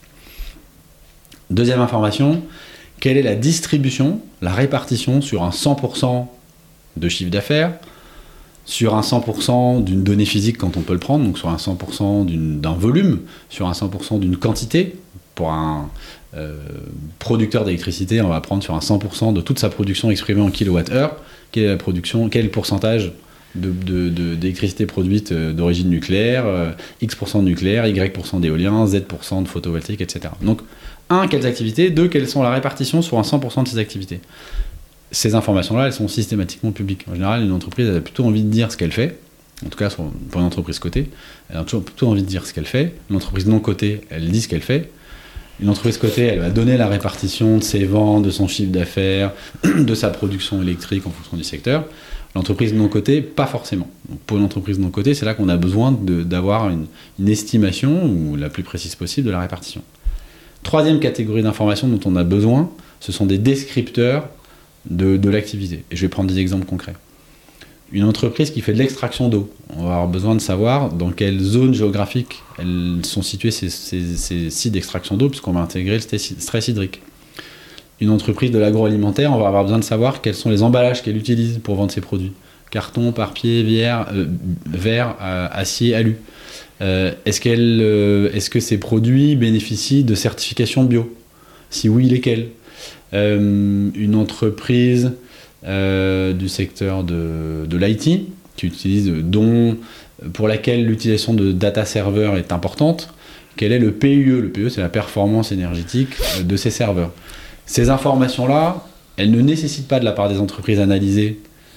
Deuxième information, quelle est la distribution, la répartition sur un cent pour cent de chiffre d'affaires, sur un cent pour cent d'une donnée physique quand on peut le prendre, donc sur un cent pour cent d'une, d'un volume, sur un cent pour cent d'une quantité. Pour un euh, producteur d'électricité, on va prendre sur un cent pour cent de toute sa production exprimée en kilowattheure. Quelle est la production, quel est le pourcentage de, de, de, d'électricité produite d'origine nucléaire, euh, X pour cent de nucléaire, Y pour cent d'éolien, Z pour cent de photovoltaïque, et cetera. Donc, un, quelles activités, deux, quelles sont la répartition sur un cent pour cent de ces activités. Ces informations-là, elles sont systématiquement publiques. En général, une entreprise elle a plutôt envie de dire ce qu'elle fait, en tout cas pour une entreprise cotée, elle a toujours plutôt envie de dire ce qu'elle fait. Une entreprise non cotée, elle dit ce qu'elle fait. Une entreprise cotée, elle va donner la répartition de ses ventes, de son chiffre d'affaires, de sa production électrique en fonction du secteur. L'entreprise non cotée, pas forcément. Donc pour une entreprise non cotée, c'est là qu'on a besoin de, d'avoir une, une estimation, ou la plus précise possible, de la répartition. Troisième catégorie d'informations dont on a besoin, ce sont des descripteurs De, de l'activité. Et je vais prendre des exemples concrets. Une entreprise qui fait de l'extraction d'eau, on va avoir besoin de savoir dans quelle zone géographique elles sont situés ces, ces, ces sites d'extraction d'eau, puisqu'on va intégrer le stress hydrique. Une entreprise de l'agroalimentaire, on va avoir besoin de savoir quels sont les emballages qu'elle utilise pour vendre ses produits. Carton, papier, verre, euh, verre euh, acier, alu. Euh, est-ce, qu'elle, euh, est-ce que ces produits bénéficient de certification bio ? Si oui, lesquels ? Euh, une entreprise euh, du secteur de, de l'I T qui utilise, dont, pour laquelle l'utilisation de data serveurs est importante, quel est le P U E. Le P U E, c'est la performance énergétique de ces serveurs. Ces informations-là, elles ne nécessitent pas de la part des entreprises analysées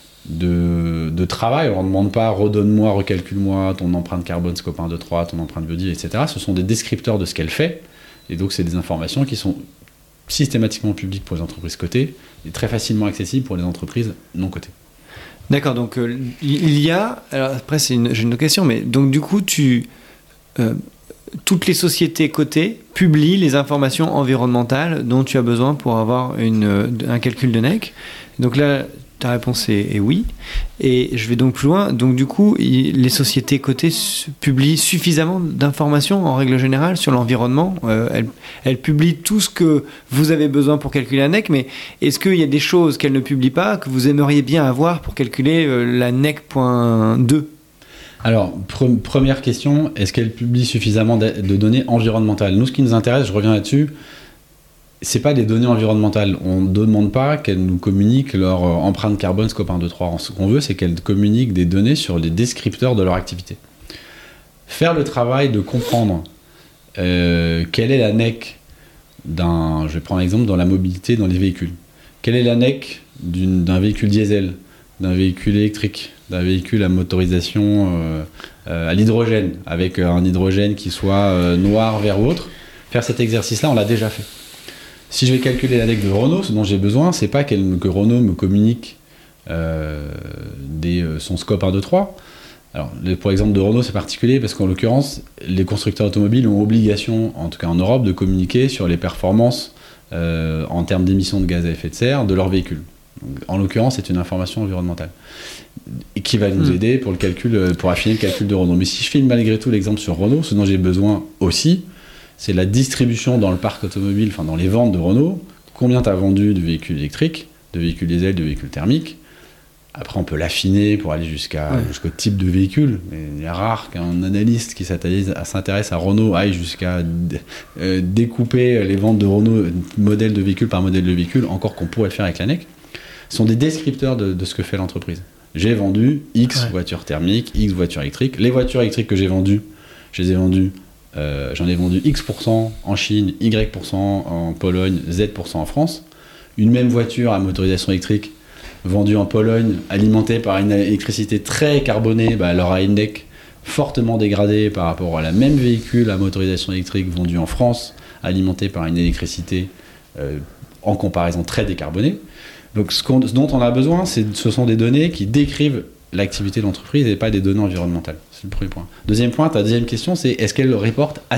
de, de travail. On ne demande pas redonne-moi, recalcule-moi ton empreinte carbone scope un, deux, trois, ton empreinte biodive, et cetera. Ce sont des descripteurs de ce qu'elle fait. Et donc, c'est des informations qui sont systématiquement publiques pour les entreprises cotées et très facilement accessibles pour les entreprises non cotées. D'accord, donc euh, il y a... Alors après, c'est une, j'ai une autre question, mais donc du coup, tu... Euh, toutes les sociétés cotées publient les informations environnementales dont tu as besoin pour avoir une, un calcul de N E C. Donc là, ta réponse est, est oui. Et je vais donc plus loin. Donc du coup, il, les sociétés cotées su, publient suffisamment d'informations en règle générale sur l'environnement. Euh, elles, elles publient tout ce que vous avez besoin pour calculer la N E C, mais est-ce qu'il y a des choses qu'elles ne publient pas que vous aimeriez bien avoir pour calculer euh, la N E C point deux ? Alors, pre- première question, est-ce qu'elle publie suffisamment de, de données environnementales ? Nous, ce qui nous intéresse, je reviens là-dessus, c'est pas des données environnementales. On ne demande pas qu'elles nous communiquent leur empreinte carbone scope un, deux, trois. Ce qu'on veut, c'est qu'elles communiquent des données sur les descripteurs de leur activité. Faire le travail de comprendre euh, quelle est la N E C d'un... Je vais prendre un exemple dans la mobilité, dans les véhicules. Quelle est la N E C d'une, d'un véhicule diesel, d'un véhicule électrique, d'un véhicule à motorisation euh, euh, à l'hydrogène, avec euh, un hydrogène qui soit euh, noir, vert ou autre. Faire cet exercice-là, on l'a déjà fait. Si je vais calculer la N E C de Renault, ce dont j'ai besoin, c'est pas qu'elle, que Renault me communique euh, des, euh, son scope un, deux, trois. Alors, pour l'exemple de Renault, c'est particulier parce qu'en l'occurrence, les constructeurs automobiles ont obligation, en tout cas en Europe, de communiquer sur les performances euh, en termes d'émissions de gaz à effet de serre de leurs véhicules. Donc, en l'occurrence, c'est une information environnementale et qui va nous aider pour le calcul, pour affiner le calcul de Renault. Mais si je filme malgré tout l'exemple sur Renault, ce dont j'ai besoin aussi, c'est la distribution dans le parc automobile, enfin dans les ventes de Renault. Combien tu as vendu de véhicules électriques, de véhicules diesel, de véhicules thermiques. Après, on peut l'affiner pour aller jusqu'à, ouais. jusqu'au type de véhicule. Mais il est rare qu'un analyste qui s'intéresse à Renault aille jusqu'à d- euh, découper les ventes de Renault modèle de véhicule par modèle de véhicule, encore qu'on pourrait le faire avec la N E C. Ce sont des descripteurs de, de ce que fait l'entreprise. J'ai vendu X ouais. voitures thermiques, X voitures électriques. Les voitures électriques que j'ai vendues, je les ai vendues, euh, j'en ai vendu X pour cent en Chine, Y pour cent en Pologne, Z pour cent en France. Une même voiture à motorisation électrique vendue en Pologne, alimentée par une électricité très carbonée, bah, elle aura une N E C fortement dégradée par rapport à la même véhicule à motorisation électrique vendu en France, alimenté par une électricité euh, en comparaison très décarbonée. Donc ce, ce dont on a besoin, c'est, ce sont des données qui décrivent l'activité de l'entreprise et pas des données environnementales. C'est le premier point. Deuxième point, ta deuxième question, c'est est-ce qu'elle reporte assez ?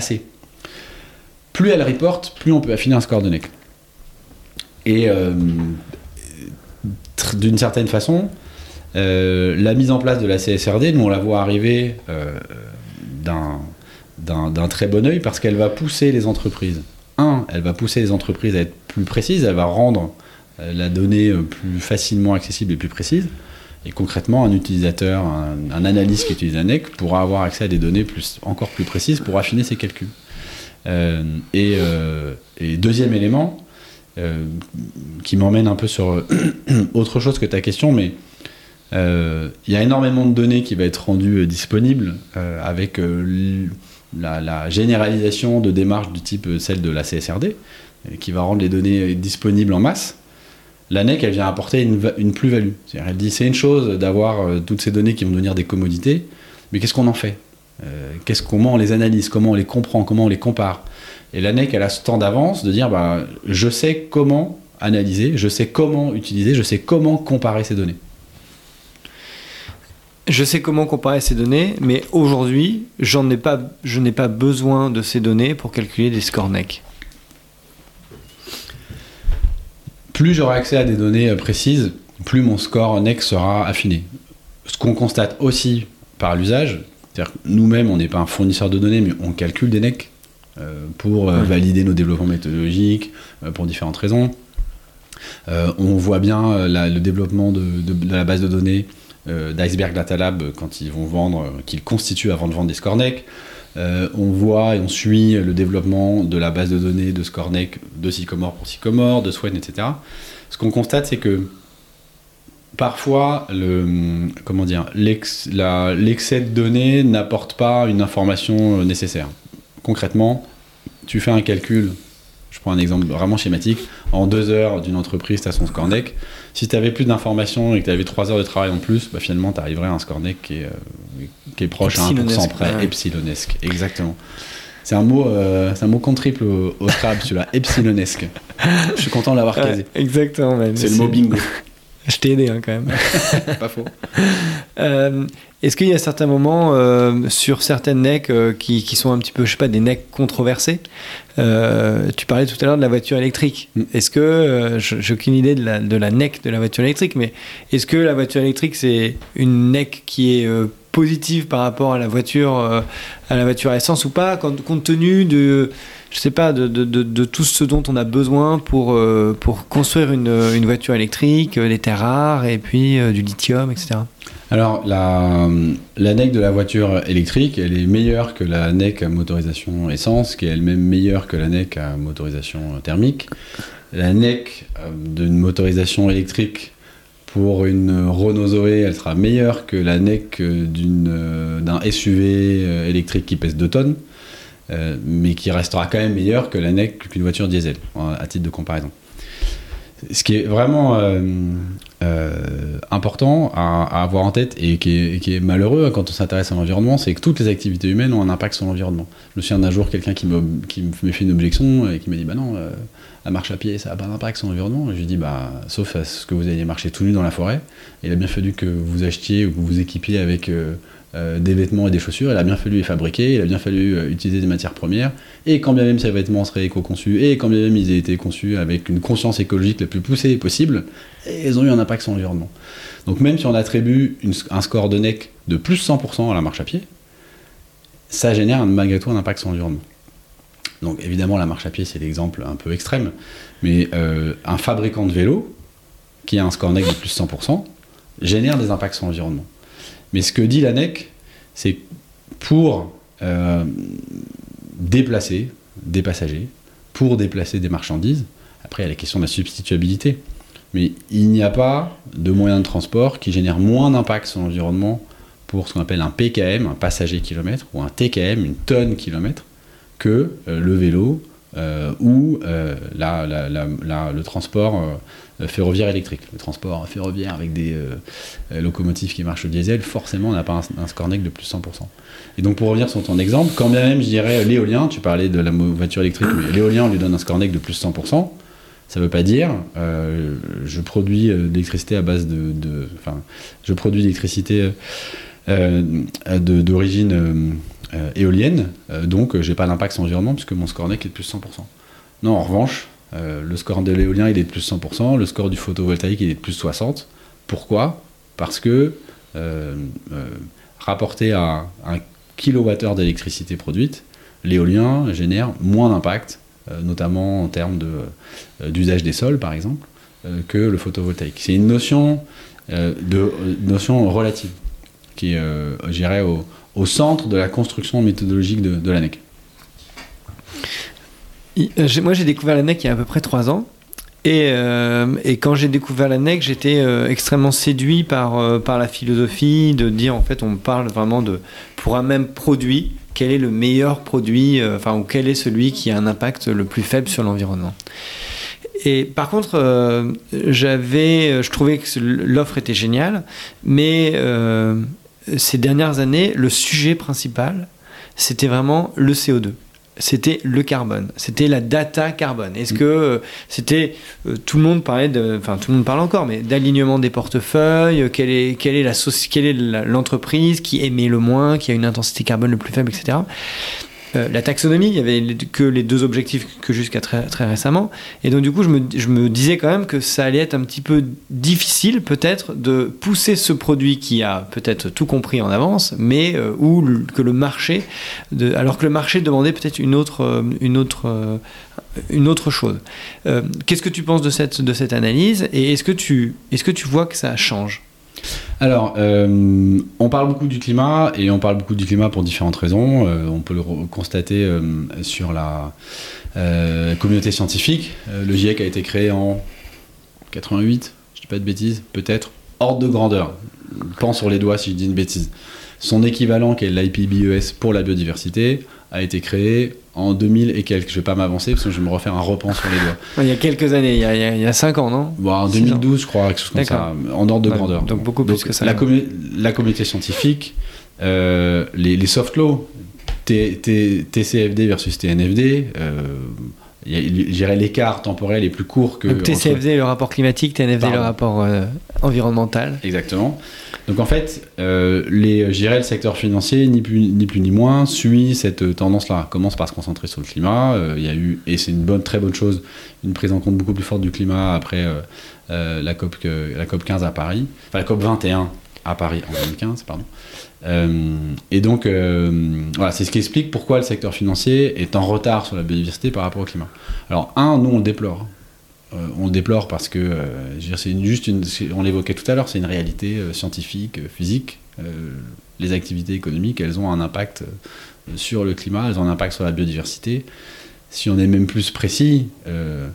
Plus elle reporte, plus on peut affiner un score de N E C. Et euh, d'une certaine façon, euh, la mise en place de la C S R D, nous on la voit arriver euh, d'un, d'un, d'un très bon œil parce qu'elle va pousser les entreprises. Un, elle va pousser les entreprises à être plus précises, elle va rendre euh, la donnée plus facilement accessible et plus précise. Et concrètement, un utilisateur, un, un analyste qui utilise la N E C pourra avoir accès à des données plus, encore plus précises pour affiner ses calculs. Euh, et, euh, et deuxième élément, euh, qui m'emmène un peu sur autre chose que ta question, mais il euh, y a énormément de données qui va être rendues euh, disponibles euh, avec euh, la, la généralisation de démarches du type euh, celle de la C S R D, euh, qui va rendre les données disponibles en masse. La N E C, elle vient apporter une, une plus-value. C'est-à-dire, elle dit c'est une chose d'avoir euh, toutes ces données qui vont devenir des commodités, mais qu'est-ce qu'on en fait ? euh, qu'est-ce, Comment on les analyse ? Comment on les comprend ? Comment on les compare ? Et la N E C, elle a ce temps d'avance de dire bah, je sais comment analyser, je sais comment utiliser, je sais comment comparer ces données. Je sais comment comparer ces données, mais aujourd'hui, j'en ai pas, je n'ai pas besoin de ces données pour calculer des scores N E C. Plus j'aurai accès à des données précises, plus mon score N E C sera affiné. Ce qu'on constate aussi par l'usage, c'est-à-dire que nous-mêmes, on n'est pas un fournisseur de données, mais on calcule des N E C euh, pour euh, ouais. valider nos développements méthodologiques, euh, pour différentes raisons. Euh, on voit bien euh, la, le développement de, de, de la base de données euh, d'Iceberg Data Lab quand ils vont vendre, euh, qu'ils constituent avant de vendre des scores N E C. Euh, on voit et on suit le développement de la base de données de score N E C de Sycomore pour Sycomore, de Swen, et cetera. Ce qu'on constate, c'est que parfois, le, comment dire, l'ex, la, l'excès de données n'apporte pas une information nécessaire. concrètement, tu fais un calcul, je prends un exemple vraiment schématique, en deux heures d'une entreprise, tu as son score N E C. Si tu avais plus d'informations et que tu avais trois heures de travail en plus, bah, finalement, tu arriverais à un score N E C qui est, euh, qui est proche à un pour cent près, ouais. Epsilonesque, exactement. C'est un mot, euh, c'est un mot contre triple au, au Scrabble, celui-là, epsilonesque. Je suis content de l'avoir casé. Ouais, exactement, même. C'est, c'est le mot bingo. Je t'ai aidé hein, quand même. Pas faux. Euh, est-ce qu'il y a certains moments euh, sur certaines N E C euh, qui, qui sont un petit peu, je sais pas, des N E C controversées euh, Tu parlais tout à l'heure de la voiture électrique. Mm. Est-ce que, euh, j'ai aucune idée de la, de la N E C de la voiture électrique, mais est-ce que la voiture électrique c'est une N E C qui est euh, positive par rapport à la voiture, euh, à la voiture à essence ou pas, compte, compte tenu de je sais pas, de, de, de, de tout ce dont on a besoin pour, euh, pour construire une, une voiture électrique, les terres rares et puis euh, du lithium, et cetera. Alors, la, la N E C de la voiture électrique, elle est meilleure que la N E C à motorisation essence, qui est elle-même meilleure que la N E C à motorisation thermique. La N E C d'une motorisation électrique pour une Renault Zoé, elle sera meilleure que la N E C d'une, d'un S U V électrique qui pèse deux tonnes. Euh, mais qui restera quand même meilleur que la N E C qu'une voiture diesel, à titre de comparaison. Ce qui est vraiment euh, euh, important à, à avoir en tête et qui est, et qui est malheureux quand on s'intéresse à l'environnement, c'est que toutes les activités humaines ont un impact sur l'environnement. Je me souviens d'un jour quelqu'un qui me, qui me fait une objection et qui m'a dit bah non, euh, la marche à pied ça n'a pas d'impact sur l'environnement. Et je lui dis bah sauf à ce que vous ayez marché tout nu dans la forêt. Il a bien fallu que vous achetiez ou que vous vous équipiez avec euh, Euh, des vêtements et des chaussures, il a bien fallu les fabriquer, il a bien fallu euh, utiliser des matières premières, et quand bien même ces vêtements seraient éco-conçus, et quand bien même ils aient été conçus avec une conscience écologique la plus poussée possible, ils ont eu un impact sur l'environnement. Donc même si on attribue une, un score de N E C de plus cent pour cent à la marche à pied, ça génère malgré tout un impact sur l'environnement. Donc évidemment la marche à pied c'est l'exemple un peu extrême, mais euh, un fabricant de vélo qui a un score N E C de plus cent pour cent génère des impacts sur l'environnement. Mais ce que dit la N E C, c'est pour euh, déplacer des passagers, pour déplacer des marchandises. Après, il y a la question de la substituabilité. Mais il n'y a pas de moyen de transport qui génère moins d'impact sur l'environnement pour ce qu'on appelle un P K M, un passager kilomètre, ou un T K M, une tonne kilomètre, que euh, le vélo euh, ou euh, la, la, la, la, le transport euh, ferroviaire électrique. Le transport ferroviaire avec des euh, locomotives qui marchent au diesel, forcément, on n'a pas un, un score N E C de plus de cent pour cent. Et donc, pour revenir sur ton exemple, quand bien même, je dirais, l'éolien, tu parlais de la voiture électrique, mais l'éolien, on lui donne un score N E C de plus de cent pour cent. Ça ne veut pas dire euh, je produis de l'électricité à base de... de enfin, je produis de l'électricité euh, de, d'origine euh, éolienne, euh, donc euh, je n'ai pas d'impact sur l'environnement puisque mon score N E C est de plus de cent pour cent. Non, en revanche, euh, le score de l'éolien il est de plus de cent pour cent, le score du photovoltaïque il est de plus de soixante pour cent. Pourquoi ? Parce que euh, euh, rapporté à un kilowattheure d'électricité produite, l'éolien génère moins d'impact, euh, notamment en termes de, euh, d'usage des sols, par exemple, euh, que le photovoltaïque. C'est une notion, euh, de, une notion relative qui est, euh, je dirais, au, au centre de la construction méthodologique de, de l'A N E C. Moi, j'ai découvert l'A N E C il y a à peu près trois ans. Et, euh, et quand j'ai découvert l'A N E C, j'étais euh, extrêmement séduit par, euh, par la philosophie de dire, en fait, on parle vraiment de, pour un même produit, quel est le meilleur produit, euh, enfin, ou quel est celui qui a un impact le plus faible sur l'environnement. Et par contre, euh, j'avais, je trouvais que l'offre était géniale, mais euh, ces dernières années, le sujet principal, c'était vraiment le C O deux. C'était le carbone, c'était la data carbone. Est-ce que euh, c'était euh, tout le monde parlait de, enfin tout le monde parle encore, mais d'alignement des portefeuilles, quelle est quelle est la quelle est la, l'entreprise qui émet le moins, qui a une intensité carbone le plus faible, et cetera. Euh, la taxonomie, il y avait que les deux objectifs que jusqu'à très, très récemment. Et donc, du coup, je me, je me disais quand même que ça allait être un petit peu difficile, peut-être, de pousser ce produit qui a peut-être tout compris en avance, mais euh, où le, que le marché, de, alors que le marché demandait peut-être une autre, une autre, euh, une autre chose. Euh, qu'est-ce que tu penses de cette, de cette analyse et est-ce que tu, est-ce que tu vois que ça change ? Alors, euh, on parle beaucoup du climat et on parle beaucoup du climat pour différentes raisons. Euh, on peut le re- constater euh, sur la euh, communauté scientifique. Euh, le GIEC a été créé en quatre-vingt-huit, je dis pas de bêtises, peut-être. Ordre de grandeur. Pense sur les doigts si je dis une bêtise. Son équivalent, qui est l'I P B E S pour la biodiversité, a été créé en deux mille et quelques. Je vais pas m'avancer parce que je vais me refaire un repan sur les doigts. Il y a quelques années, il y a, il y a, il y a cinq ans, non? Bon, en deux mille douze, je crois, quelque chose comme D'accord. ça, en ordre de Ouais, grandeur. donc beaucoup plus donc, que ça. La, commu- la communauté scientifique, euh, les, les soft laws, T- T- T C F D versus T N F D, euh, y a, je dirais l'écart temporel est plus court que... Donc T C F D, entre... le rapport climatique, T N F D, Pardon. le rapport euh, environnemental. Exactement. Donc en fait, euh, les, je dirais le secteur financier, ni plus, ni plus ni moins, suit cette tendance-là. Commence par se concentrer sur le climat. Euh, il y a eu, et c'est une bonne, très bonne chose, une prise en compte beaucoup plus forte du climat après euh, euh, la, COP, la COP quinze à Paris, enfin la COP vingt et un à Paris en deux mille quinze, pardon. Euh, et donc, euh, voilà, c'est ce qui explique pourquoi le secteur financier est en retard sur la biodiversité par rapport au climat. Alors, un, nous on le déplore. Euh, on le déplore parce que, euh, je veux dire, c'est une, juste une, on l'évoquait tout à l'heure, c'est une réalité euh, scientifique, euh, physique. Euh, les activités économiques, elles ont un impact euh, sur le climat, elles ont un impact sur la biodiversité. Si on est même plus précis, euh,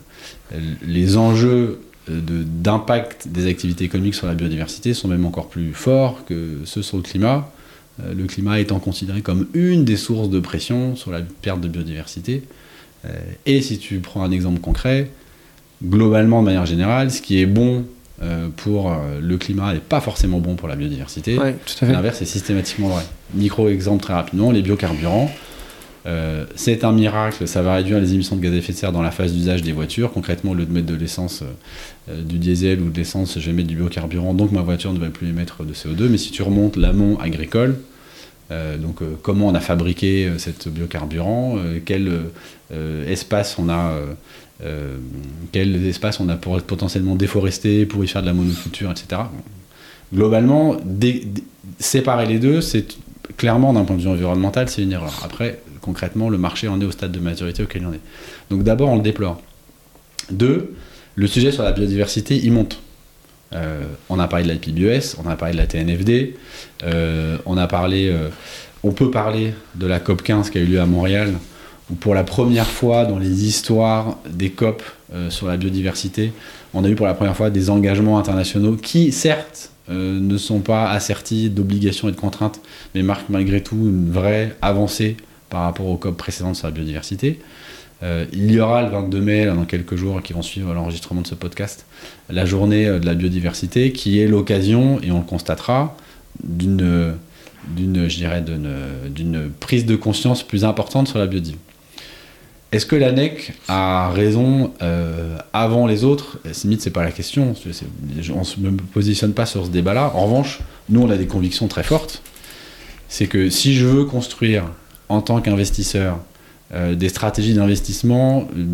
les enjeux de, d'impact des activités économiques sur la biodiversité sont même encore plus forts que ceux sur le climat. Euh, le climat étant considéré comme une des sources de pression sur la perte de biodiversité. Euh, et si tu prends un exemple concret, globalement, de manière générale, ce qui est bon euh, pour euh, le climat n'est pas forcément bon pour la biodiversité. Ouais, tout à fait. L'inverse est systématiquement vrai. Micro-exemple très rapidement, les biocarburants. Euh, c'est un miracle, ça va réduire les émissions de gaz à effet de serre dans la phase d'usage des voitures. Concrètement, au lieu de mettre de l'essence, euh, du diesel ou de l'essence, je vais mettre du biocarburant, donc ma voiture ne va plus émettre de C O deux. Mais si tu remontes l'amont agricole, euh, donc euh, comment on a fabriqué euh, cette biocarburant, euh, quel euh, espace on a, euh, euh, quel espace on a pour potentiellement déforester, pour y faire de la monoculture, et cetera. Globalement, dé- dé- séparer les deux, c'est clairement d'un point de vue environnemental, c'est une erreur. Après, concrètement, le marché en est au stade de maturité auquel il en est. Donc d'abord, on le déplore. Deux, le sujet sur la biodiversité, il monte. Euh, on a parlé de l'I P B E S, on a parlé de la T N F D, euh, on a parlé, euh, on peut parler de la COP quinze qui a eu lieu à Montréal, où pour la première fois dans les histoires des COP euh, sur la biodiversité, on a eu pour la première fois des engagements internationaux qui, certes, euh, ne sont pas assertis d'obligations et de contraintes, mais marquent malgré tout une vraie avancée par rapport aux COP précédentes sur la biodiversité. Euh, il y aura le vingt-deux mai, là, dans quelques jours, qui vont suivre l'enregistrement de ce podcast, la journée de la biodiversité, qui est l'occasion, et on le constatera, d'une, d'une, je dirais, d'une, d'une prise de conscience plus importante sur la biodiversité. Est-ce que l'A N E C a raison euh, avant les autres ? Limite, c'est pas la question. C'est, on ne me positionne pas sur ce débat-là. En revanche, nous, on a des convictions très fortes. C'est que si je veux construire, en tant qu'investisseur, euh, des stratégies d'investissement euh,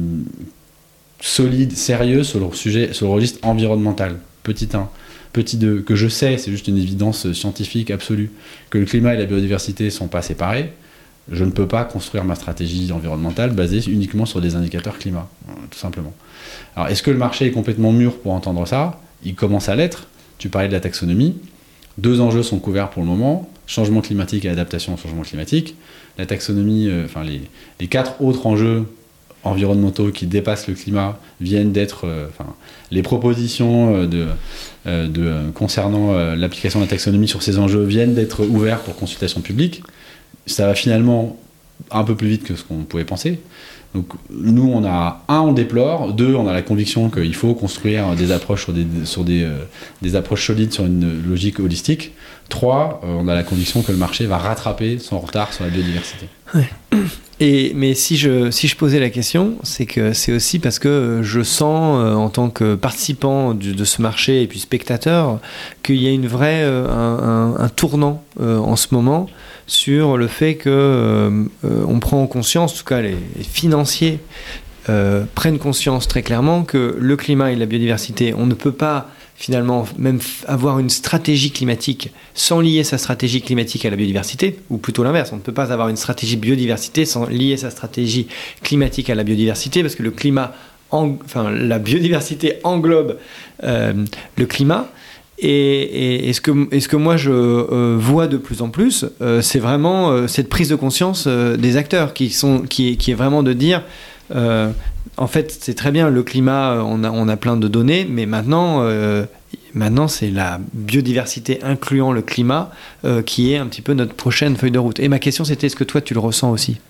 solides, sérieuses sur le sujet, sur le registre environnemental, petit un, petit deux, que je sais, c'est juste une évidence scientifique absolue, que le climat et la biodiversité ne sont pas séparés, je ne peux pas construire ma stratégie environnementale basée uniquement sur des indicateurs climat, tout simplement. Alors, est-ce que le marché est complètement mûr pour entendre ça ? Il commence à l'être. Tu parlais de la taxonomie. Deux enjeux sont couverts pour le moment, changement climatique et adaptation au changement climatique. La taxonomie, euh, enfin les, les quatre autres enjeux environnementaux qui dépassent le climat viennent d'être, euh, enfin, les propositions euh, de, euh, de, euh, concernant euh, l'application de la taxonomie sur ces enjeux viennent d'être ouverts pour consultation publique. Ça va finalement un peu plus vite que ce qu'on pouvait penser. Donc nous, on a un, on déplore. Deux, on a la conviction qu'il faut construire des approches sur des, sur des, euh, des approches solides sur une logique holistique. Trois, euh, on a la conviction que le marché va rattraper son retard sur la biodiversité. Ouais. Et, mais si je, si je posais la question, c'est que c'est aussi parce que je sens, euh, en tant que participant du, de ce marché et puis spectateur, qu'il y a une vraie, euh, un, un, un tournant euh, en ce moment sur le fait que euh, euh, on prend conscience, en tout cas les, les financiers euh, prennent conscience très clairement que le climat et la biodiversité, on ne peut pas finalement même avoir une stratégie climatique sans lier sa stratégie climatique à la biodiversité, ou plutôt l'inverse, on ne peut pas avoir une stratégie biodiversité sans lier sa stratégie climatique à la biodiversité, parce que le climat, en, enfin la biodiversité englobe euh, le climat. Et, et, et, ce que, et ce que moi je euh, vois de plus en plus, euh, c'est vraiment euh, cette prise de conscience euh, des acteurs qui, sont, qui, qui est vraiment de dire euh, en fait c'est très bien le climat, on a, on a plein de données, mais maintenant, euh, maintenant c'est la biodiversité incluant le climat euh, qui est un petit peu notre prochaine feuille de route. Et ma question c'était, est-ce que toi tu le ressens aussi ?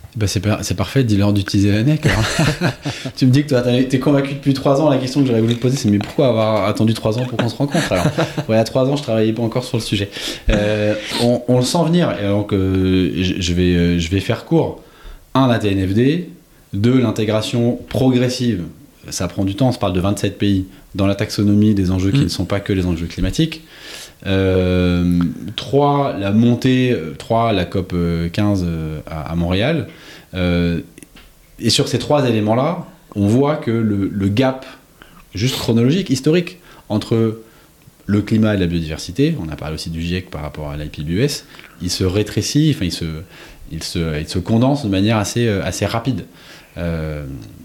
Bah c'est, par- c'est parfait, dis-leur d'utiliser la N E C. Alors. Tu me dis que toi, t'es convaincu depuis trois ans. La question que j'aurais voulu te poser, c'est mais pourquoi avoir attendu trois ans pour qu'on se rencontre alors, ouais, il y a trois ans, je travaillais pas encore sur le sujet. Euh, on, on le sent venir, et donc euh, je, je, vais, je vais faire court. Un, la T N F D. Deux, l'intégration progressive. Ça prend du temps, on se parle de vingt-sept pays dans la taxonomie des enjeux qui mmh. ne sont pas que les enjeux climatiques. Euh, trois, la montée, trois, la COP quinze à, à Montréal. Euh, et sur ces trois éléments-là, on voit que le, le gap, juste chronologique, historique, entre le climat et la biodiversité, on a parlé aussi du GIEC par rapport à l'I P B E S, il se rétrécit, enfin il se, il se, il se condense de manière assez, assez rapide. Euh,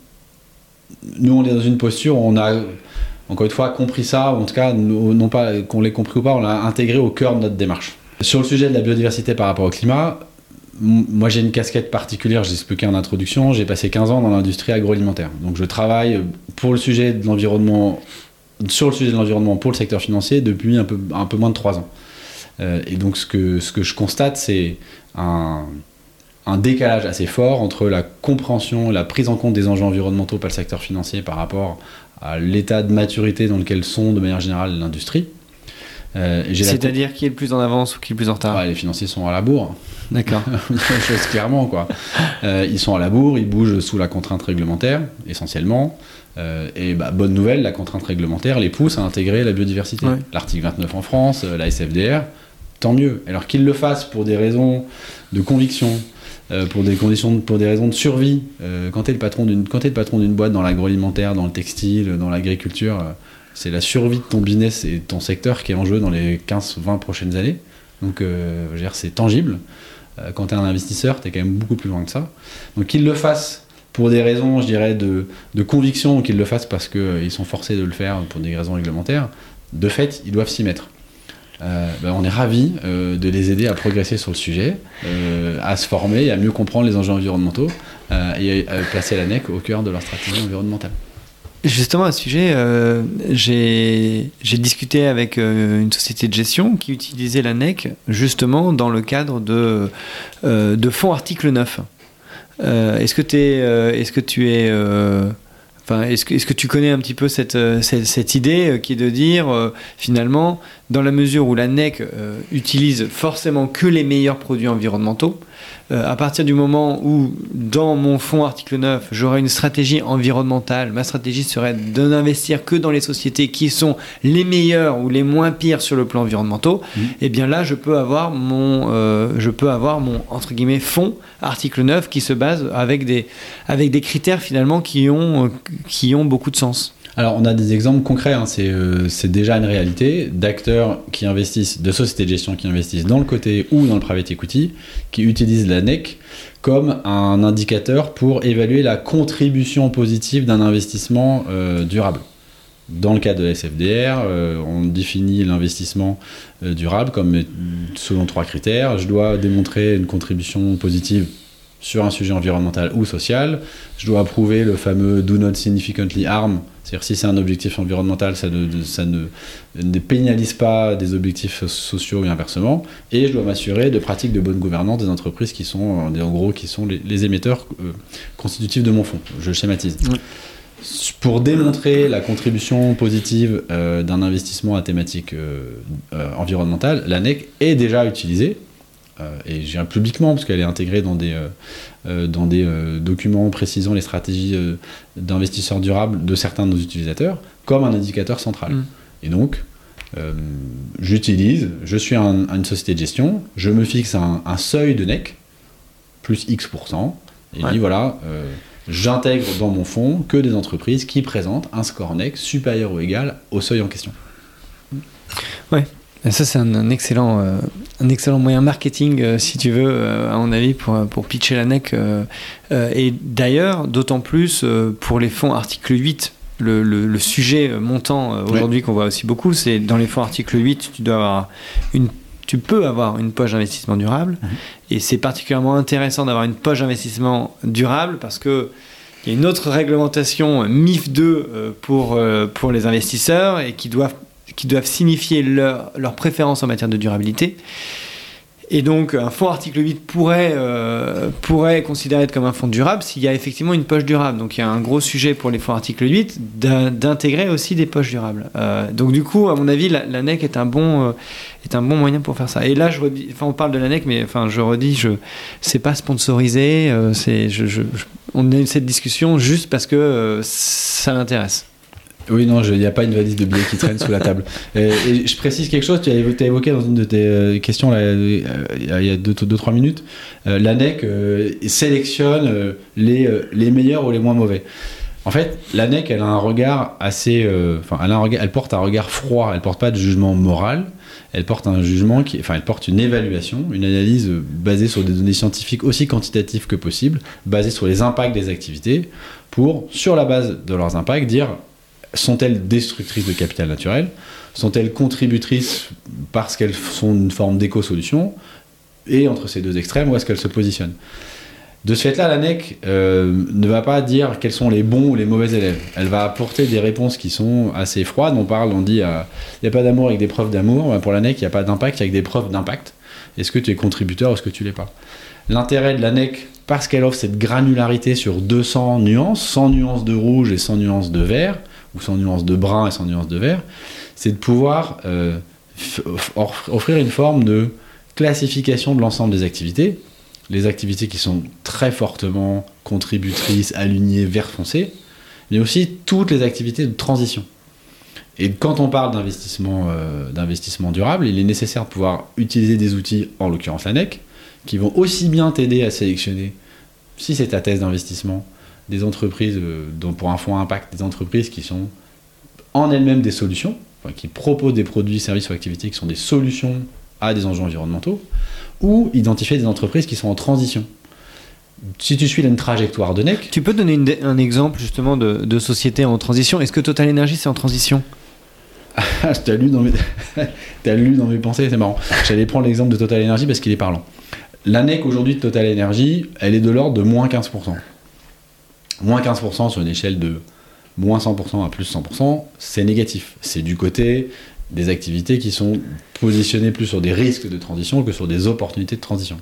nous, on est dans une posture où on a, encore une fois, compris ça, ou en tout cas, non pas qu'on l'ait compris ou pas, on l'a intégré au cœur de notre démarche. Sur le sujet de la biodiversité par rapport au climat, moi j'ai une casquette particulière, j'ai expliqué en introduction, j'ai passé quinze ans dans l'industrie agroalimentaire. Donc je travaille pour le sujet de l'environnement, sur le sujet de l'environnement pour le secteur financier depuis un peu, un peu moins de trois ans. Euh, et donc ce que, ce que je constate, c'est un, un décalage assez fort entre la compréhension, la prise en compte des enjeux environnementaux par le secteur financier par rapport à l'état de maturité dans lequel sont de manière générale l'industrie. Euh, C'est-à-dire la... qui est le plus en avance ou qui est le plus en retard? Ouais, les financiers sont à la bourre. D'accord. Chose clairement, quoi. Euh, ils sont à la bourre, ils bougent sous la contrainte réglementaire, essentiellement. Euh, et bah, bonne nouvelle, la contrainte réglementaire les pousse à intégrer la biodiversité. Ouais. L'article vingt-neuf en France, euh, la S F D R, tant mieux. Alors qu'ils le fassent pour des raisons de conviction, euh, pour des conditions, pour des raisons de survie. Euh, quand t'es le patron d'une, quand t'es le patron d'une boîte dans l'agroalimentaire, dans le textile, dans l'agriculture. Euh, c'est la survie de ton business et de ton secteur qui est en jeu dans les quinze vingt prochaines années. Donc, euh, je veux dire, c'est tangible. Euh, quand tu es un investisseur, tu es quand même beaucoup plus loin que ça. Donc, qu'ils le fassent pour des raisons, je dirais, de, de conviction, ou qu'ils le fassent parce qu'ils euh, sont forcés de le faire pour des raisons réglementaires, de fait, ils doivent s'y mettre. Euh, ben, on est ravis euh, de les aider à progresser sur le sujet, euh, à se former, à mieux comprendre les enjeux environnementaux euh, et à placer la N E C au cœur de leur stratégie environnementale. Justement, à ce sujet, euh, j'ai, j'ai discuté avec euh, une société de gestion qui utilisait la N E C justement dans le cadre de, euh, de fonds article neuf. Euh, est-ce que, t'es, euh, est-ce que tu es... Euh, Enfin, est-ce que, est-ce que tu connais un petit peu cette, cette, cette idée qui est de dire, euh, finalement, dans la mesure où la N E C euh, utilise forcément que les meilleurs produits environnementaux, euh, à partir du moment où, dans mon fonds article neuf, j'aurai une stratégie environnementale, ma stratégie serait de n'investir que dans les sociétés qui sont les meilleures ou les moins pires sur le plan environnemental, mmh. et bien là, je peux avoir mon, euh, je peux avoir mon, entre guillemets, fonds article neuf qui se base avec des, avec des critères, finalement, qui ont... Euh, qui ont beaucoup de sens. Alors, on a des exemples concrets, hein. c'est, euh, c'est déjà une réalité d'acteurs qui investissent, de sociétés de gestion qui investissent dans le côté ou dans le private equity, qui utilisent la N E C comme un indicateur pour évaluer la contribution positive d'un investissement euh, durable. Dans le cas de la S F D R, euh, on définit l'investissement euh, durable comme selon trois critères. Je dois démontrer une contribution positive sur un sujet environnemental ou social, je dois approuver le fameux do not significantly harm, c'est-à-dire si c'est un objectif environnemental, ça ne, ça ne, ne pénalise pas des objectifs sociaux et inversement, et je dois m'assurer de pratiques de bonne gouvernance des entreprises qui sont, en gros, qui sont les, les émetteurs euh, constitutifs de mon fonds. Je schématise. Oui. Pour démontrer la contribution positive euh, d'un investissement à thématique euh, euh, environnementale, la N E C est déjà utilisée. Euh, et je dirais publiquement parce qu'elle est intégrée dans des, euh, dans des euh, documents précisant les stratégies euh, d'investisseurs durables de certains de nos utilisateurs comme un indicateur central. Mmh. Et donc, euh, j'utilise, je suis un, une société de gestion, je me fixe un, un seuil de N E C, plus X pour cent, et ouais. je dis voilà, euh, j'intègre dans mon fonds que des entreprises qui présentent un score N E C supérieur ou égal au seuil en question. Ouais. Et ça, c'est un, un, excellent, euh, un excellent moyen marketing, euh, si tu veux, euh, à mon avis, pour, pour pitcher la N E C. Euh, euh, et d'ailleurs, d'autant plus euh, pour les fonds article huit, le, le, le sujet montant euh, aujourd'hui ouais. qu'on voit aussi beaucoup, c'est dans les fonds article huit, tu, dois avoir une, tu peux avoir une poche d'investissement durable. Mmh. Et c'est particulièrement intéressant d'avoir une poche d'investissement durable parce que il y a une autre réglementation, M I F deux, euh, pour, euh, pour les investisseurs et qui doivent qui doivent signifier leur, leur préférence en matière de durabilité. Et donc, un fonds article huit pourrait, euh, pourrait considérer être comme un fonds durable s'il y a effectivement une poche durable. Donc, il y a un gros sujet pour les fonds article huit d'intégrer aussi des poches durables. Euh, donc, du coup, à mon avis, la, la N E C est un bon, euh, est un bon moyen pour faire ça. Et là, je redis, enfin, on parle de la N E C, mais enfin, je redis, je, c'est pas sponsorisé. Euh, c'est, je, je, je, on a eu cette discussion juste parce que euh, ça m'intéresse. Oui, non, il n'y a pas une valise de billets qui traîne sous la table. Et, et je précise quelque chose, tu as évoqué, évoqué dans une de tes euh, questions là, euh, il y a deux trois minutes. Euh, la N E C euh, sélectionne euh, les, euh, les meilleurs ou les moins mauvais. En fait, la N E C, elle a un regard assez. Enfin, euh, elle, a un regard, elle porte un regard froid, elle ne porte pas de jugement moral, elle porte un jugement qui. Enfin, elle porte une évaluation, une analyse basée sur des données scientifiques aussi quantitatives que possible, basée sur les impacts des activités, pour, sur la base de leurs impacts, dire. Sont-elles destructrices de capital naturel ? Sont-elles contributrices parce qu'elles sont une forme d'éco-solution ? Et entre ces deux extrêmes, où est-ce qu'elles se positionnent ? De ce fait-là, la N E C euh, ne va pas dire quels sont les bons ou les mauvais élèves. Elle va apporter des réponses qui sont assez froides. On parle, on dit, il euh, n'y a pas d'amour avec des preuves d'amour. Pour la N E C, il n'y a pas d'impact avec des preuves d'impact. Est-ce que tu es contributeur ou est-ce que tu ne l'es pas ? L'intérêt de la N E C, parce qu'elle offre cette granularité sur deux cents nuances, cent nuances de rouge et cent nuances de vert, ou cent nuances de brun et cent nuances de vert, c'est de pouvoir euh, offrir une forme de classification de l'ensemble des activités, les activités qui sont très fortement contributrices, alignées, vert foncé, mais aussi toutes les activités de transition. Et quand on parle d'investissement, euh, d'investissement durable, il est nécessaire de pouvoir utiliser des outils, en l'occurrence la N E C, qui vont aussi bien t'aider à sélectionner, si c'est ta thèse d'investissement, des entreprises, euh, dont pour un fonds impact, des entreprises qui sont en elles-mêmes des solutions, enfin, qui proposent des produits, services ou activités qui sont des solutions à des enjeux environnementaux, ou identifier des entreprises qui sont en transition. Si tu suis une trajectoire de N E C... Tu peux donner une, un exemple justement de, de société en transition ? Est-ce que Total Energy c'est en transition ? Je t'ai lu dans mes... T'as lu dans mes pensées, c'est marrant. J'allais prendre l'exemple de Total Energy parce qu'il est parlant. La N E C aujourd'hui de Total Energy, elle est de l'ordre de moins quinze pour cent. Moins quinze pour cent sur une échelle de moins cent pour cent à plus cent pour cent, c'est négatif. C'est du côté des activités qui sont positionnées plus sur des risques de transition que sur des opportunités de transition.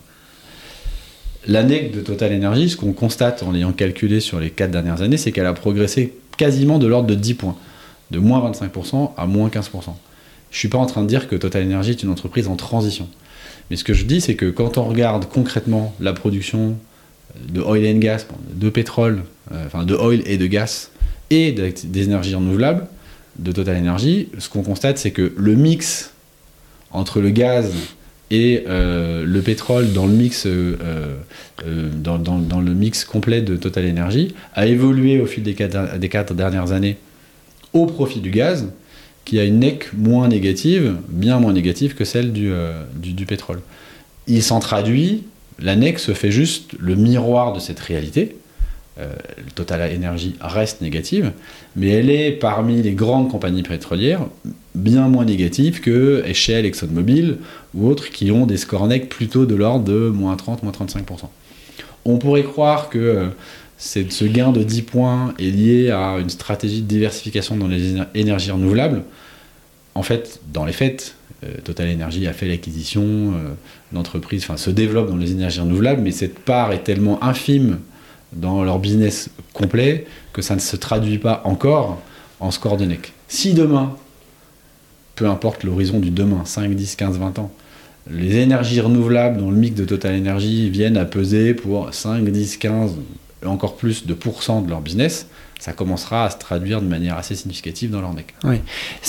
La N E C de Total Energy, ce qu'on constate en l'ayant calculé sur les quatre dernières années, c'est qu'elle a progressé quasiment de l'ordre de dix points, de moins vingt-cinq pour cent à moins quinze pour cent. Je ne suis pas en train de dire que Total Energy est une entreprise en transition. Mais ce que je dis, c'est que quand on regarde concrètement la production de oil and gas, de pétrole, euh, enfin de oil et de gaz, et de, des énergies renouvelables de Total Energy, ce qu'on constate, c'est que le mix entre le gaz et euh, le pétrole dans le mix, euh, euh, dans, dans, dans le mix complet de Total Energy a évolué au fil des quatre, des quatre dernières années au profit du gaz, qui a une N E C moins négative, bien moins négative que celle du, euh, du, du pétrole. Il s'en traduit, la N E C se fait juste le miroir de cette réalité. Euh, Total Energy reste négative, mais elle est parmi les grandes compagnies pétrolières bien moins négative que Shell, ExxonMobil ou autres qui ont des scores N E C plutôt de l'ordre de moins trente, moins trente-cinq pour cent. On pourrait croire que euh, c'est, ce gain de dix points est lié à une stratégie de diversification dans les énergies renouvelables. En fait, dans les faits, euh, Total Energy a fait l'acquisition euh, d'entreprises, enfin se développe dans les énergies renouvelables, mais cette part est tellement infime dans leur business complet que ça ne se traduit pas encore en score de N E C. Si demain, peu importe l'horizon du demain, cinq, dix, quinze, vingt ans, les énergies renouvelables dans le mix de Total Energy viennent à peser pour cinq, dix, quinze, encore plus de pourcents de leur business, ça commencera à se traduire de manière assez significative dans leur N E C. Oui.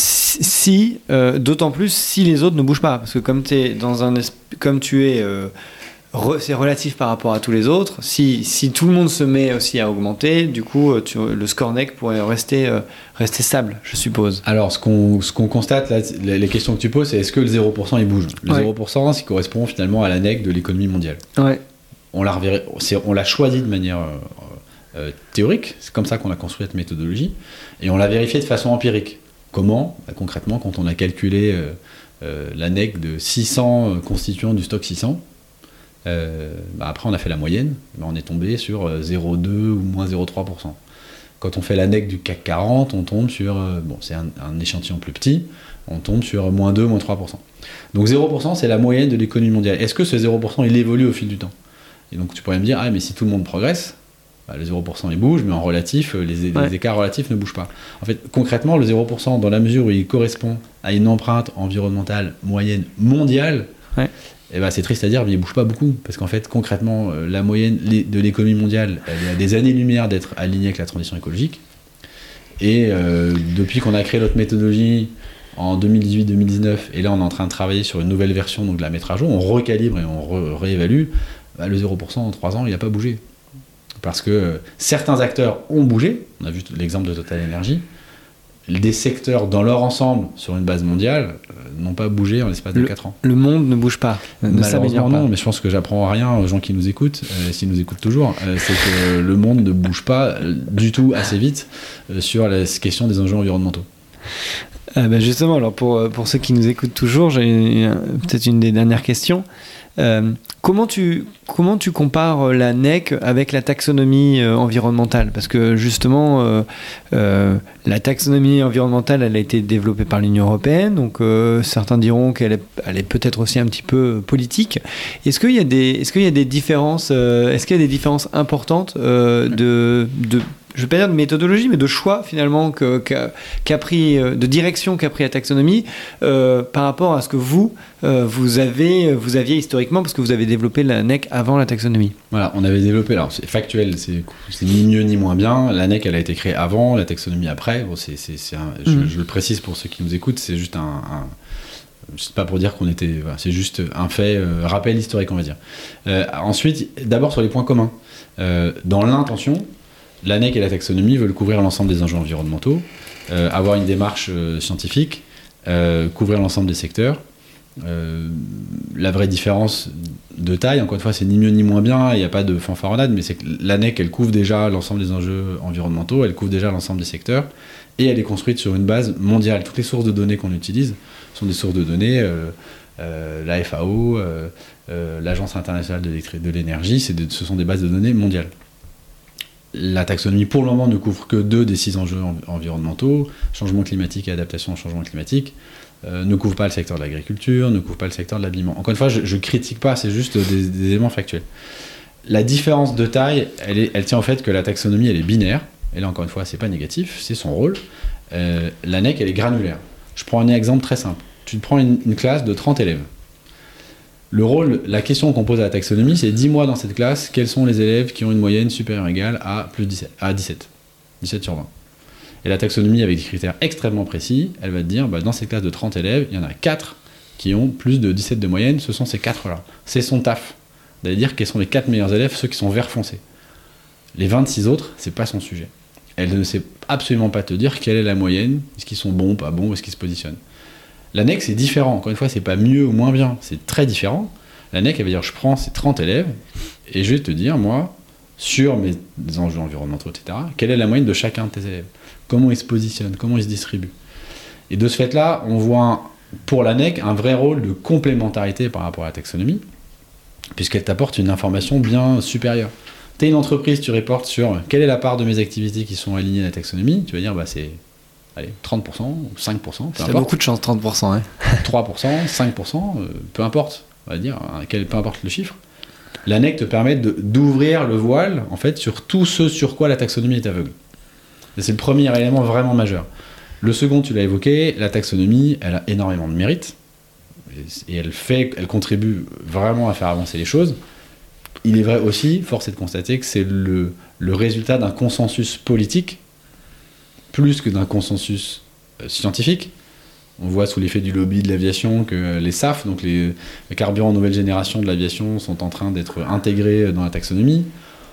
Si, euh, d'autant plus si les autres ne bougent pas, parce que comme, t'es dans un, comme tu es... Euh, c'est relatif par rapport à tous les autres. Si, si tout le monde se met aussi à augmenter, du coup, tu, le score N E C pourrait rester, euh, rester stable, je suppose. Alors, ce qu'on, ce qu'on constate, là, les questions que tu poses, c'est est-ce que le zéro pour cent il bouge ? Le ouais. zéro pour cent, ça correspond finalement à la N E C de l'économie mondiale. Ouais. On l'a, reverra, c'est, on l'a choisi de manière euh, euh, théorique, c'est comme ça qu'on a construit cette méthodologie, et on l'a vérifié de façon empirique. Comment ? Bah, concrètement, quand on a calculé euh, euh, la N E C de six cents constituants du stock six cents, Euh, bah après on a fait la moyenne, bah on est tombé sur zéro virgule deux ou moins zéro virgule trois pour cent. Quand on fait l'A N E C du C A C quarante, on tombe sur, euh, bon, c'est un, un échantillon plus petit, on tombe sur moins deux, moins trois pour cent. Donc zéro pour cent, c'est la moyenne de l'économie mondiale. Est-ce que ce zéro pour cent, il évolue au fil du temps? Et donc tu pourrais me dire, ah mais si tout le monde progresse, bah, le zéro pour cent il bouge, mais en relatif, les, ouais. les écarts relatifs ne bougent pas. En fait, concrètement, le zéro pour cent, dans la mesure où il correspond à une empreinte environnementale moyenne mondiale, ouais. eh ben, c'est triste à dire, mais il ne bouge pas beaucoup. Parce qu'en fait, concrètement, la moyenne de l'économie mondiale, elle est à des années-lumière d'être alignée avec la transition écologique. Et euh, depuis qu'on a créé notre méthodologie en deux mille dix-huit deux mille dix-neuf, et là on est en train de travailler sur une nouvelle version, donc de la mettre à jour, on recalibre et on re- réévalue, bah, le zéro pour cent en trois ans, il n'a pas bougé. Parce que euh, certains acteurs ont bougé, on a vu l'exemple de Total Energy, des secteurs dans leur ensemble, sur une base mondiale, euh, n'ont pas bougé en l'espace de le, quatre ans. Le monde ne bouge pas, ne s'améliore pas. Non, mais je pense que j'apprends rien aux gens qui nous écoutent, euh, s'ils nous écoutent toujours, euh, c'est que le monde ne bouge pas euh, du tout assez vite euh, sur la question des enjeux environnementaux. Euh, ben justement, alors pour, pour ceux qui nous écoutent toujours, j'ai euh, peut-être une des dernières questions. Euh, comment, tu, comment tu compares la N E C avec la taxonomie euh, environnementale? Parce que justement, euh, euh, la taxonomie environnementale, elle a été développée par l'Union européenne, donc euh, certains diront qu'elle est, elle est peut-être aussi un petit peu politique. Est-ce qu'il y a des, est-ce qu'il y a des différences, euh, est-ce qu'il y a des différences importantes euh, de, de je ne vais pas dire de méthodologie, mais de choix finalement que, qu'a, qu'a pris, de direction qu'a pris la taxonomie euh, par rapport à ce que vous, euh, vous, avez, vous aviez historiquement, parce que vous avez développé la N E C avant la taxonomie. Voilà, on avait développé, alors c'est factuel, c'est, c'est ni mieux ni moins bien. La N E C, elle a été créée avant, la taxonomie après. Bon, c'est, c'est, c'est un, je, mmh. je le précise pour ceux qui nous écoutent, c'est juste un... un c'est pas pour dire qu'on était... Voilà, c'est juste un fait, euh, rappel historique, on va dire. Euh, ensuite, d'abord sur les points communs. Euh, dans l'intention, la N E C et la taxonomie veulent couvrir l'ensemble des enjeux environnementaux, euh, avoir une démarche euh, scientifique, euh, couvrir l'ensemble des secteurs. Euh, la vraie différence de taille, encore une fois, c'est ni mieux ni moins bien, il n'y a pas de fanfaronnade, mais c'est que la N E C, elle couvre déjà l'ensemble des enjeux environnementaux, elle couvre déjà l'ensemble des secteurs, et elle est construite sur une base mondiale. Toutes les sources de données qu'on utilise sont des sources de données, euh, euh, la F A O, euh, euh, l'Agence internationale de, de l'énergie, c'est de, ce sont des bases de données mondiales. La taxonomie, pour le moment, ne couvre que deux des six enjeux environnementaux, changement climatique et adaptation au changement climatique, euh, ne couvre pas le secteur de l'agriculture, ne couvre pas le secteur de l'habillement. Encore une fois, je ne critique pas, c'est juste des, des éléments factuels. La différence de taille, elle, est, elle tient au fait que la taxonomie, elle est binaire, et là, encore une fois, c'est pas négatif, c'est son rôle. Euh, la N E C, elle est granulaire. Je prends un exemple très simple. Tu prends une, une classe de trente élèves. Le rôle, la question qu'on pose à la taxonomie, c'est dis-moi dans cette classe quels sont les élèves qui ont une moyenne supérieure ou égale à plus dix-sept, à dix-sept, dix-sept sur vingt. Et la taxonomie, avec des critères extrêmement précis, elle va te dire, bah, dans cette classe de trente élèves, il y en a quatre qui ont plus de dix-sept de moyenne, ce sont ces quatre-là. C'est son taf d'aller dire quels sont les quatre meilleurs élèves, ceux qui sont vert foncé. Les vingt-six autres, c'est pas son sujet. Elle ne sait absolument pas te dire quelle est la moyenne, est-ce qu'ils sont bons, pas bons, où est-ce qu'ils se positionnent. La N E C, c'est différent. Encore une fois, c'est pas mieux ou moins bien, c'est très différent. La N E C, elle va dire, je prends ces trente élèves et je vais te dire, moi, sur mes enjeux environnementaux, et cetera, quelle est la moyenne de chacun de tes élèves, comment ils se positionnent, comment ils se distribuent. Et de ce fait-là, on voit pour la N E C un vrai rôle de complémentarité par rapport à la taxonomie, puisqu'elle t'apporte une information bien supérieure. Tu es une entreprise, tu reportes sur quelle est la part de mes activités qui sont alignées à la taxonomie, tu vas dire, bah, c'est allez, trente pour cent ou cinq pour cent, peu importe. C'est beaucoup de chance, trente pour cent. Hein. trois pour cent, cinq pour cent, euh, peu importe, on va dire, hein, quel, peu importe le chiffre. La N E C te permet de, d'ouvrir le voile, en fait, sur tout ce sur quoi la taxonomie est aveugle. Et c'est le premier élément vraiment majeur. Le second, tu l'as évoqué, la taxonomie, elle a énormément de mérite, et elle, fait, elle contribue vraiment à faire avancer les choses. Il est vrai aussi, force est de constater que c'est le, le résultat d'un consensus politique, plus que d'un consensus euh, scientifique. On voit sous l'effet du lobby de l'aviation que les S A F, donc les, les carburants nouvelle génération de l'aviation, sont en train d'être intégrés dans la taxonomie.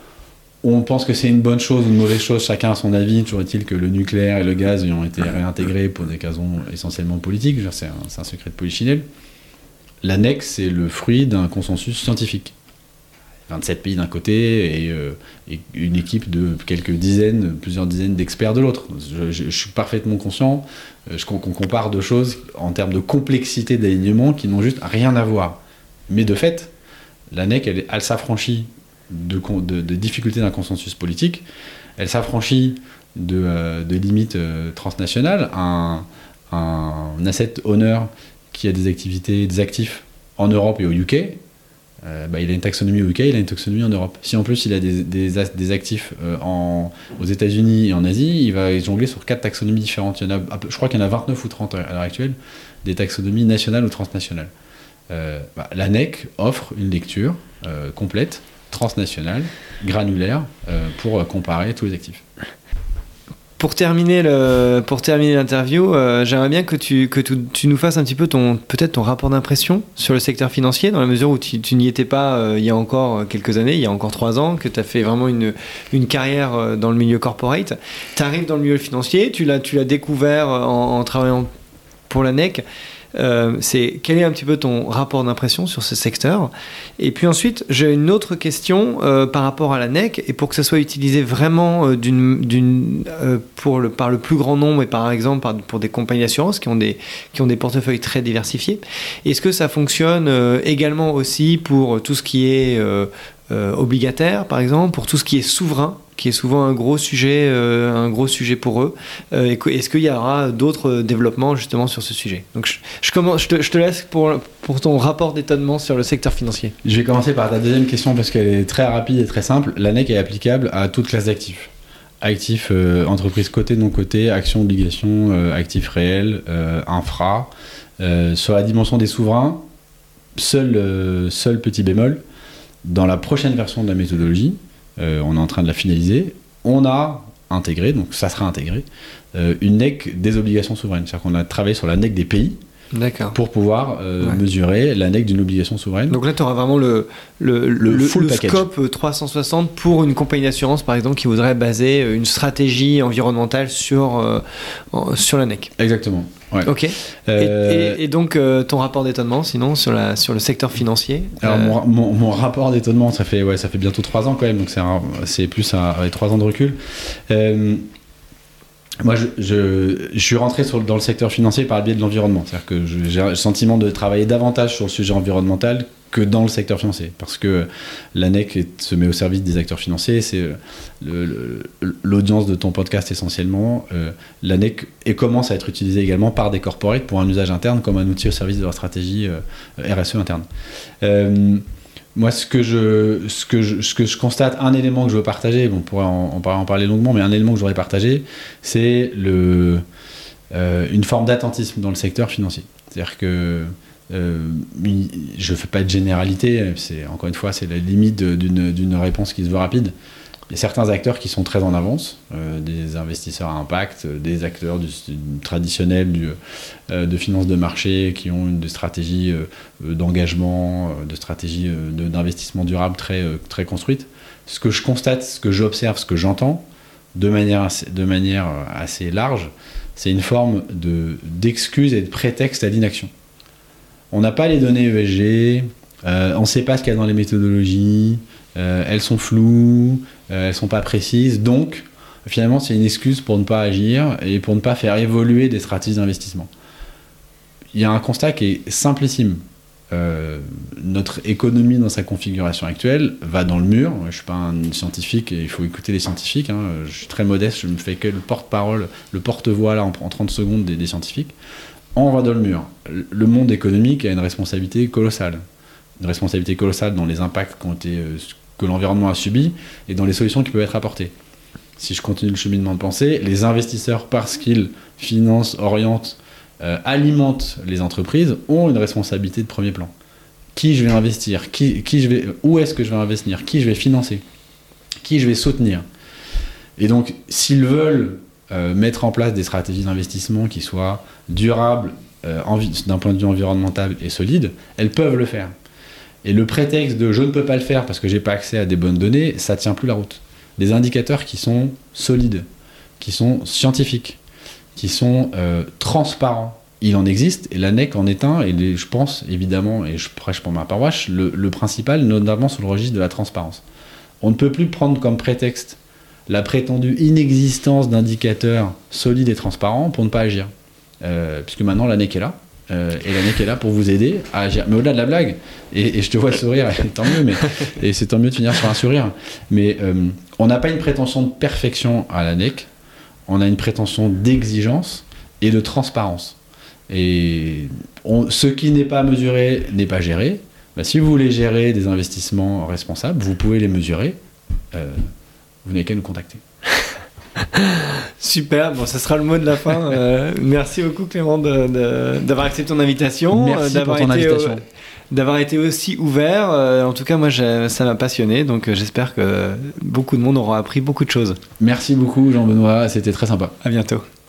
On pense que c'est une bonne chose ou une mauvaise chose, chacun a son avis. Toujours est-il que le nucléaire et le gaz y ont été réintégrés pour des raisons essentiellement politiques. Je veux dire, c'est, un, c'est un secret de polichinelle. La N E C, c'est le fruit d'un consensus scientifique. vingt-sept pays d'un côté et, euh, et une équipe de quelques dizaines, plusieurs dizaines d'experts de l'autre. Je, je, je suis parfaitement conscient je, qu'on, qu'on compare deux choses en termes de complexité d'alignement qui n'ont juste rien à voir. Mais de fait, la N E C, elle, elle s'affranchit de, de, de difficultés d'un consensus politique, elle s'affranchit de, euh, de limites euh, transnationales. Un, un asset owner qui a des activités, des actifs en Europe et au U K, euh, bah, il a une taxonomie au U K, il a une taxonomie en Europe. Si en plus il a des, des, des actifs euh, en, aux États-Unis et en Asie, il va jongler sur quatre taxonomies différentes. Il y en a, je crois qu'il y en a vingt-neuf ou trente à l'heure actuelle, des taxonomies nationales ou transnationales. Euh, bah, l'A N E C offre une lecture euh, complète, transnationale, granulaire, euh, pour comparer tous les actifs. Pour terminer, le, pour terminer l'interview, euh, j'aimerais bien que, tu, que tu, tu nous fasses un petit peu ton, peut-être ton rapport d'impression sur le secteur financier, dans la mesure où tu, tu n'y étais pas euh, il y a encore quelques années, il y a encore trois ans, que tu as fait vraiment une, une carrière euh, dans le milieu corporate. Tu arrives dans le milieu financier, tu l'as, tu l'as découvert en, en travaillant pour l'A N E C. Euh, c'est quel est un petit peu ton rapport d'impression sur ce secteur? Et puis ensuite, j'ai une autre question euh, par rapport à l'A N E C, et pour que ça soit utilisé vraiment euh, d'une, d'une, euh, pour le, par le plus grand nombre, et par exemple par, pour des compagnies d'assurance qui ont des, qui ont des portefeuilles très diversifiés. Est-ce que ça fonctionne euh, également aussi pour tout ce qui est euh, euh, obligataire, par exemple, pour tout ce qui est souverain, qui est souvent un gros sujet, euh, un gros sujet pour eux. Euh, est-ce qu'il y aura d'autres développements justement sur ce sujet? Donc je, je, commence, je, te, je te laisse pour, pour ton rapport d'étonnement sur le secteur financier. Je vais commencer par ta deuxième question parce qu'elle est très rapide et très simple. L'A N E C est applicable à toute classe d'actifs. Actifs, euh, entreprises cotées, non cotées, actions, obligations, euh, actifs réels, euh, infra. Euh, sur la dimension des souverains, seul, euh, seul petit bémol, dans la prochaine version de la méthodologie, Euh, on est en train de la finaliser, on a intégré, donc ça sera intégré, euh, une N E C des obligations souveraines. C'est-à-dire qu'on a travaillé sur la N E C des pays. D'accord. Pour pouvoir euh, ouais. mesurer la N E C d'une obligation souveraine. Donc là, tu auras vraiment le, le, le, le, full le scope trois cent soixante pour une compagnie d'assurance, par exemple, qui voudrait baser une stratégie environnementale sur, euh, sur la N E C. Exactement. Ouais. Ok. Euh... Et, et, et donc, euh, ton rapport d'étonnement, sinon, sur, la, sur le secteur financier? Alors, euh... mon, mon, mon rapport d'étonnement, ça fait, ouais, ça fait bientôt trois ans quand même, donc c'est, un, c'est plus un, avec trois ans de recul. Euh, Moi, je, je, je suis rentré sur, dans le secteur financier par le biais de l'environnement. C'est-à-dire que je, j'ai le sentiment de travailler davantage sur le sujet environnemental que dans le secteur financier. Parce que l'A N E C se met au service des acteurs financiers. C'est le, le, l'audience de ton podcast essentiellement. Euh, L'A N E C et commence à être utilisée également par des corporates pour un usage interne comme un outil au service de leur stratégie euh, R S E interne. Euh, Moi, ce que, je, ce, que je, ce que je constate, un élément que je veux partager, bon, on pourrait en, en, en parler longuement, mais un élément que je voudrais partager, c'est le, euh, une forme d'attentisme dans le secteur financier. C'est-à-dire que euh, je ne fais pas de généralité, c'est, encore une fois, c'est la limite de, d'une, d'une réponse qui se veut rapide. Il y a certains acteurs qui sont très en avance, euh, des investisseurs à impact, des acteurs du, du traditionnels du, euh, de finances de marché qui ont une de stratégie euh, d'engagement, euh, de stratégie euh, de, d'investissement durable très, euh, très construite. Ce que je constate, ce que j'observe, ce que j'entends, de manière assez, de manière assez large, c'est une forme de, d'excuse et de prétexte à l'inaction. On n'a pas les données E S G, euh, on ne sait pas ce qu'il y a dans les méthodologies, euh, elles sont floues, euh, elles ne sont pas précises, donc finalement c'est une excuse pour ne pas agir et pour ne pas faire évoluer des stratégies d'investissement. Il y a un constat qui est simplissime. Euh, notre économie dans sa configuration actuelle va dans le mur. Je ne suis pas un scientifique et il faut écouter les scientifiques, hein. Je suis très modeste, je ne me fais que le porte-parole, le porte-voix là, en, en trente secondes des, des scientifiques. On va dans le mur. Le monde économique a une responsabilité colossale. Une responsabilité colossale dans les impacts qui ont été, euh, que l'environnement a subis et dans les solutions qui peuvent être apportées. Si je continue le cheminement de pensée, les investisseurs, parce qu'ils financent, orientent, euh, alimentent les entreprises, ont une responsabilité de premier plan. Qui je vais investir, qui, qui je vais, où est-ce que je vais investir, qui je vais financer, qui je vais soutenir. Et donc, s'ils veulent euh, mettre en place des stratégies d'investissement qui soient durables, euh, envi- d'un point de vue environnemental et solides, elles peuvent le faire. Et le prétexte de « je ne peux pas le faire parce que je n'ai pas accès à des bonnes données », ça ne tient plus la route. Des indicateurs qui sont solides, qui sont scientifiques, qui sont euh, transparents. Il en existe, et l'A N E C en est un, et les, je pense, évidemment, et je prêche pour ma paroisse, le, le principal, notamment sur le registre de la transparence. On ne peut plus prendre comme prétexte la prétendue inexistence d'indicateurs solides et transparents pour ne pas agir. Euh, puisque maintenant, l'A N E C est là. Euh, et l'A N E C est là pour vous aider à agir. Mais au-delà de la blague, et, et je te vois sourire, et tant mieux, mais, et c'est tant mieux de finir sur un sourire, mais euh, on n'a pas une prétention de perfection à l'A N E C, on a une prétention d'exigence et de transparence. Et on, ce qui n'est pas mesuré n'est pas géré. Bah, si vous voulez gérer des investissements responsables, vous pouvez les mesurer. Euh, vous n'avez qu'à nous contacter. Super, bon, ça sera le mot de la fin. Euh, merci beaucoup Clément de, de, d'avoir accepté ton invitation. Merci d'avoir pour ton été, invitation. Euh, d'avoir été aussi ouvert. Euh, en tout cas, moi, ça m'a passionné. Donc, euh, j'espère que beaucoup de monde aura appris beaucoup de choses. Merci beaucoup Jean-Benoît, c'était très sympa. À bientôt.